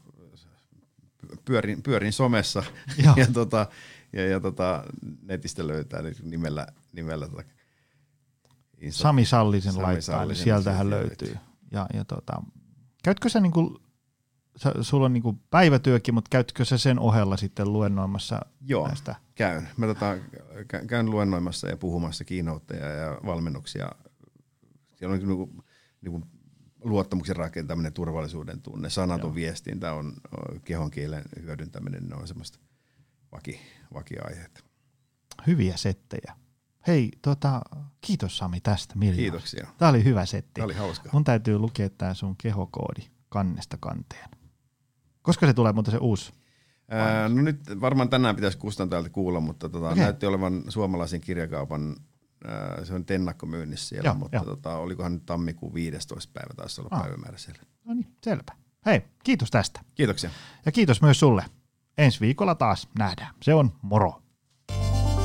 pyörin, pyörin somessa ja, tota, ja, ja tota, netistä löytää nimellä, nimellä tota, Insta- Sami Sallisen Sami laittaa, Sallisen, sieltähän löytyy. Ja, ja tota, käytkö sä niinku, sä, sulla on niinku päivätyökin, mutta käytkö sä sen ohella sitten luennoimassa Joo, näistä? käyn. Mä tota, käyn luennoimassa ja puhumassa keynoteja ja valmennuksia. Siellä on niinku, niinku luottamuksen rakentaminen, turvallisuuden tunne, sanaton Joo. viestintä on, on kehon kielen hyödyntäminen, ne on semmoista vaki, vakiaiheita. Hyviä settejä. Hei, tota, kiitos Sami tästä miljoonasta. Kiitoksia. Tämä oli hyvä setti. Tämä oli hauska. Mun täytyy lukea tää sun kehokoodi kannesta kanteen. Koska se tulee muuten se uusi? Ää, no nyt varmaan tänään pitäisi kustantajalta kuulla, mutta tota, okay. näytti olevan suomalaisen kirjakaupan, ää, se on ennakkomyynnissä siellä, Joo, mutta jo. tota, olikohan nyt tammikuun viidestoista päivä taisi olla ah. päivämäärä siellä. No niin, selvä. Hei, kiitos tästä. Kiitoksia. Ja kiitos myös sulle. Ensi viikolla taas nähdään. Se on moro.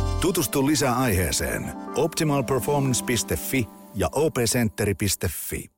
Tutustu lisää aiheeseen optimal performance piste fi ja o p centeri piste fi.